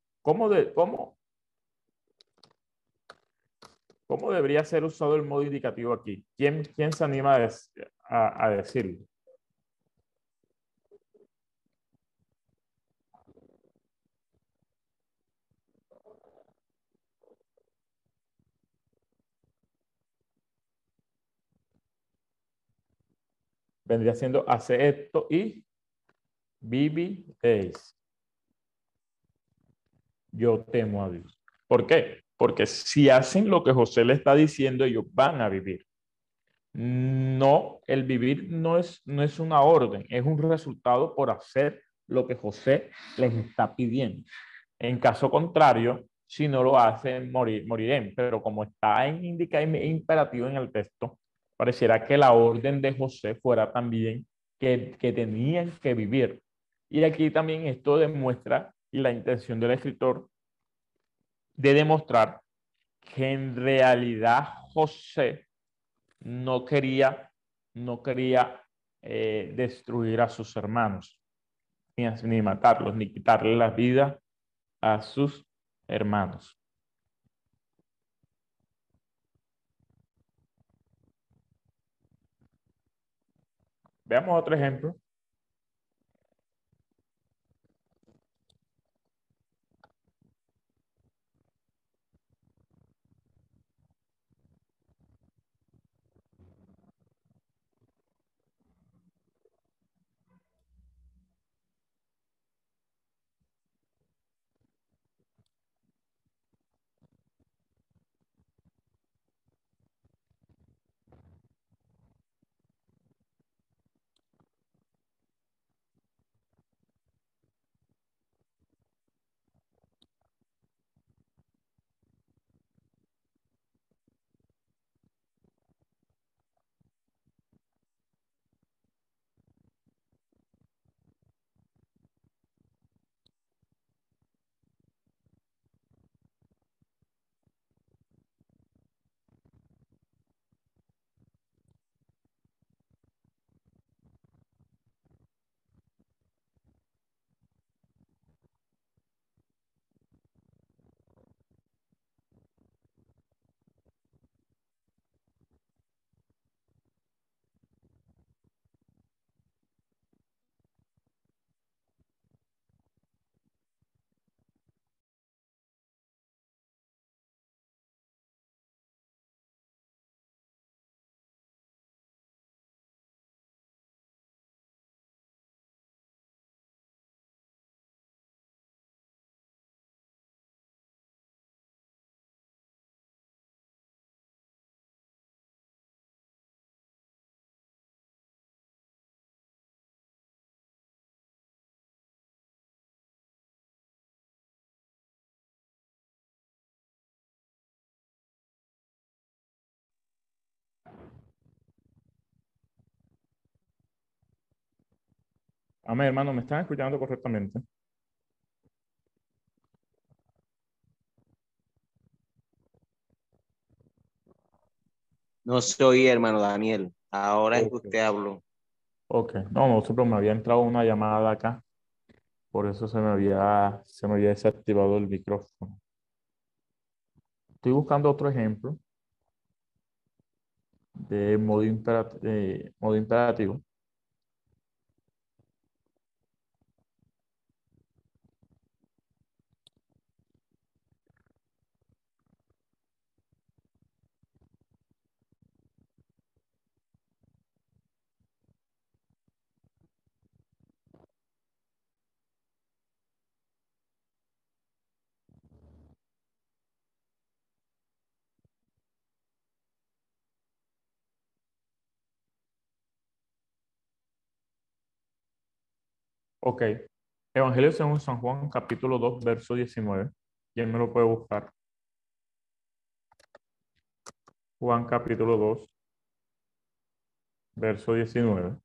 ¿Cómo debería ser usado el modo indicativo aquí? ¿Quién se anima a decirlo? Vendría siendo hace esto y viviréis. Yo temo a Dios. ¿Por qué? Porque si hacen lo que José le está diciendo, ellos van a vivir. No, el vivir no es una orden, es un resultado por hacer lo que José les está pidiendo. En caso contrario, si no lo hacen, morirán. Pero como está imperativo en el texto, pareciera que la orden de José fuera también que tenían que vivir. Y aquí también esto demuestra la intención del escritor de demostrar que en realidad José no quería destruir a sus hermanos, ni matarlos, ni quitarle la vida a sus hermanos. Veamos otro ejemplo. Amén, hermano, ¿me están escuchando correctamente? No se oía, hermano Daniel. Ahora es que Ok. usted habló. Ok, no, no, pero me había entrado una llamada acá, por eso se me había desactivado el micrófono. Estoy buscando otro ejemplo de modo imperativo. Ok, Evangelio según San Juan, capítulo 2, verso 19. ¿Quién me lo puede buscar? Juan, capítulo 2, verso 19.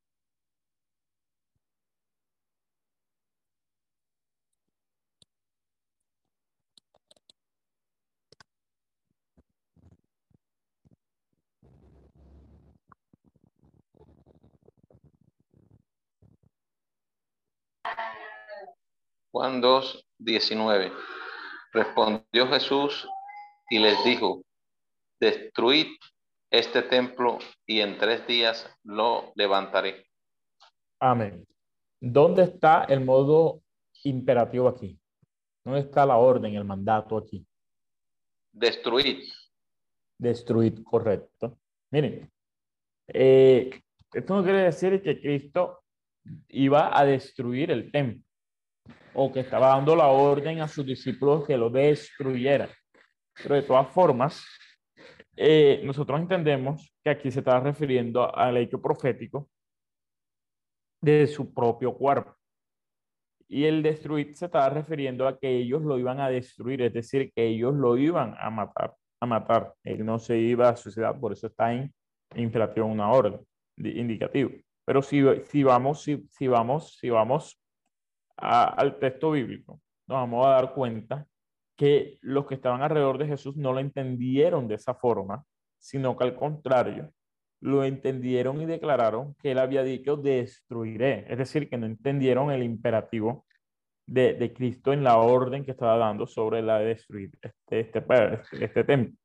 Juan 2, 19. Respondió Jesús y les dijo, destruid este templo y en 3 días lo levantaré. Amén. ¿Dónde está el modo imperativo aquí? ¿Dónde está la orden, el mandato aquí? Destruid. Destruir, correcto. Miren, esto no quiere decir que Cristo iba a destruir el templo o que estaba dando la orden a sus discípulos que lo destruyeran. Pero de todas formas, nosotros entendemos que aquí se está refiriendo al hecho profético de su propio cuerpo. Y el destruir se estaba refiriendo a que ellos lo iban a destruir, es decir, que ellos lo iban a matar, a matar. Él no se iba a suicidar, por eso está en imperativo una orden indicativo. Pero si vamos al texto bíblico, nos vamos a dar cuenta que los que estaban alrededor de Jesús no lo entendieron de esa forma, sino que al contrario, lo entendieron y declararon que él había dicho destruiré, es decir, que no entendieron el imperativo de Cristo en la orden que estaba dando sobre la de destruir este templo.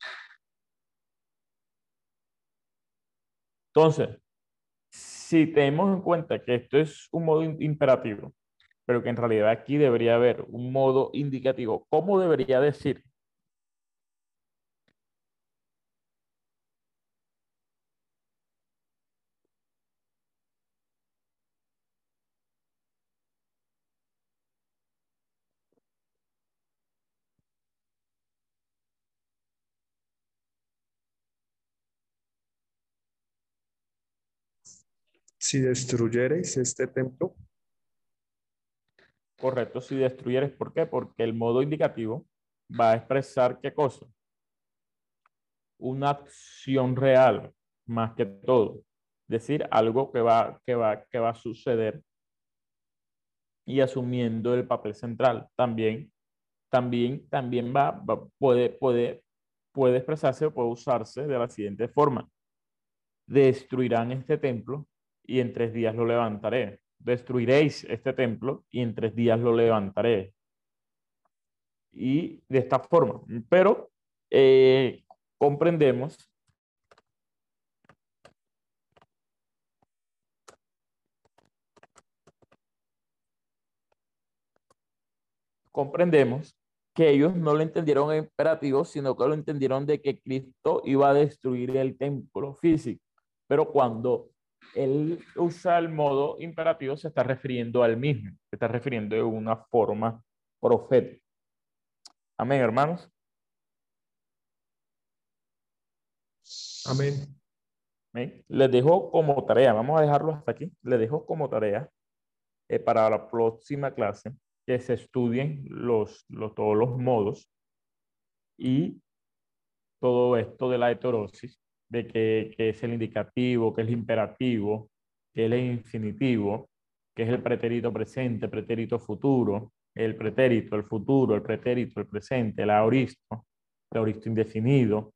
Entonces, si tenemos en cuenta que esto es un modo imperativo, pero que en realidad aquí debería haber un modo indicativo, ¿cómo debería decir? Si destruyereis este templo, Correcto, si destruyeres, ¿por qué? Porque el modo indicativo va a expresar qué cosa, una acción real, más que todo. Es decir, algo que va a suceder y asumiendo el papel central. También puede expresarse o puede usarse de la siguiente forma. Destruirán este templo y en 3 días lo levantaré. Destruiréis este templo y en 3 días lo levantaré. Y de esta forma. Pero eh, comprendemos, comprendemos que ellos no lo entendieron en imperativo, sino que lo entendieron de que Cristo iba a destruir el templo físico. Pero cuando él usa el modo imperativo, se está refiriendo al mismo, se está refiriendo de una forma profética. Amén, hermanos. amén. Amén. Les dejo como tarea, vamos a dejarlo hasta aquí. Les dejo como tarea para la próxima clase que se estudien todos los modos y todo esto de la heterosis, de que es el indicativo, que es el imperativo, que es el infinitivo, que es el pretérito presente, pretérito futuro, el pretérito, el futuro, el pretérito, el presente, el aoristo indefinido.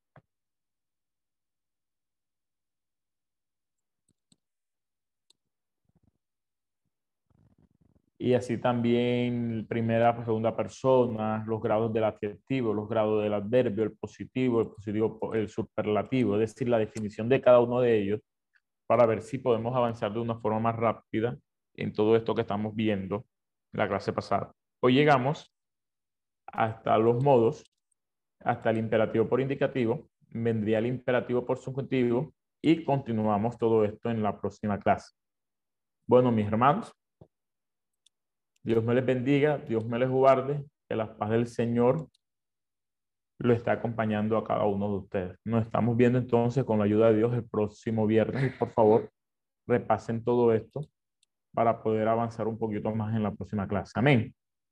Y así también primera, segunda persona, los grados del adjetivo, los grados del adverbio, el positivo, el superlativo, es decir, la definición de cada uno de ellos para ver si podemos avanzar de una forma más rápida en todo esto que estamos viendo en la clase pasada. Hoy llegamos hasta los modos, hasta el imperativo por indicativo, vendría el imperativo por subjuntivo y continuamos todo esto en la próxima clase. Bueno, mis hermanos, Dios me les bendiga, Dios me les guarde, que la paz del Señor lo está acompañando a cada uno de ustedes. Nos estamos viendo entonces con la ayuda de Dios el próximo viernes y por favor repasen todo esto para poder avanzar un poquito más en la próxima clase. Amén.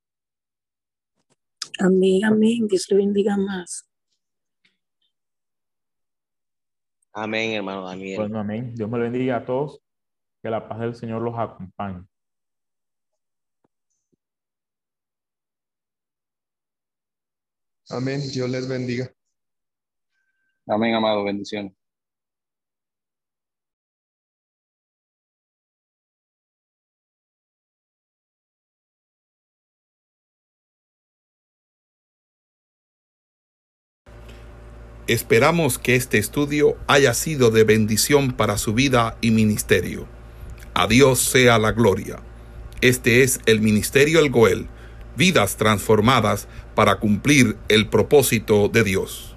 Amén, amén. Dios le bendiga más. Amén, hermano Daniel. Bueno, amén. Dios me lo bendiga a todos. Que la paz del Señor los acompañe. Amén. Dios les bendiga. Amén, amado. Bendiciones. Esperamos que este estudio haya sido de bendición para su vida y ministerio. A Dios sea la gloria. Este es el Ministerio El Goel, vidas transformadas para cumplir el propósito de Dios.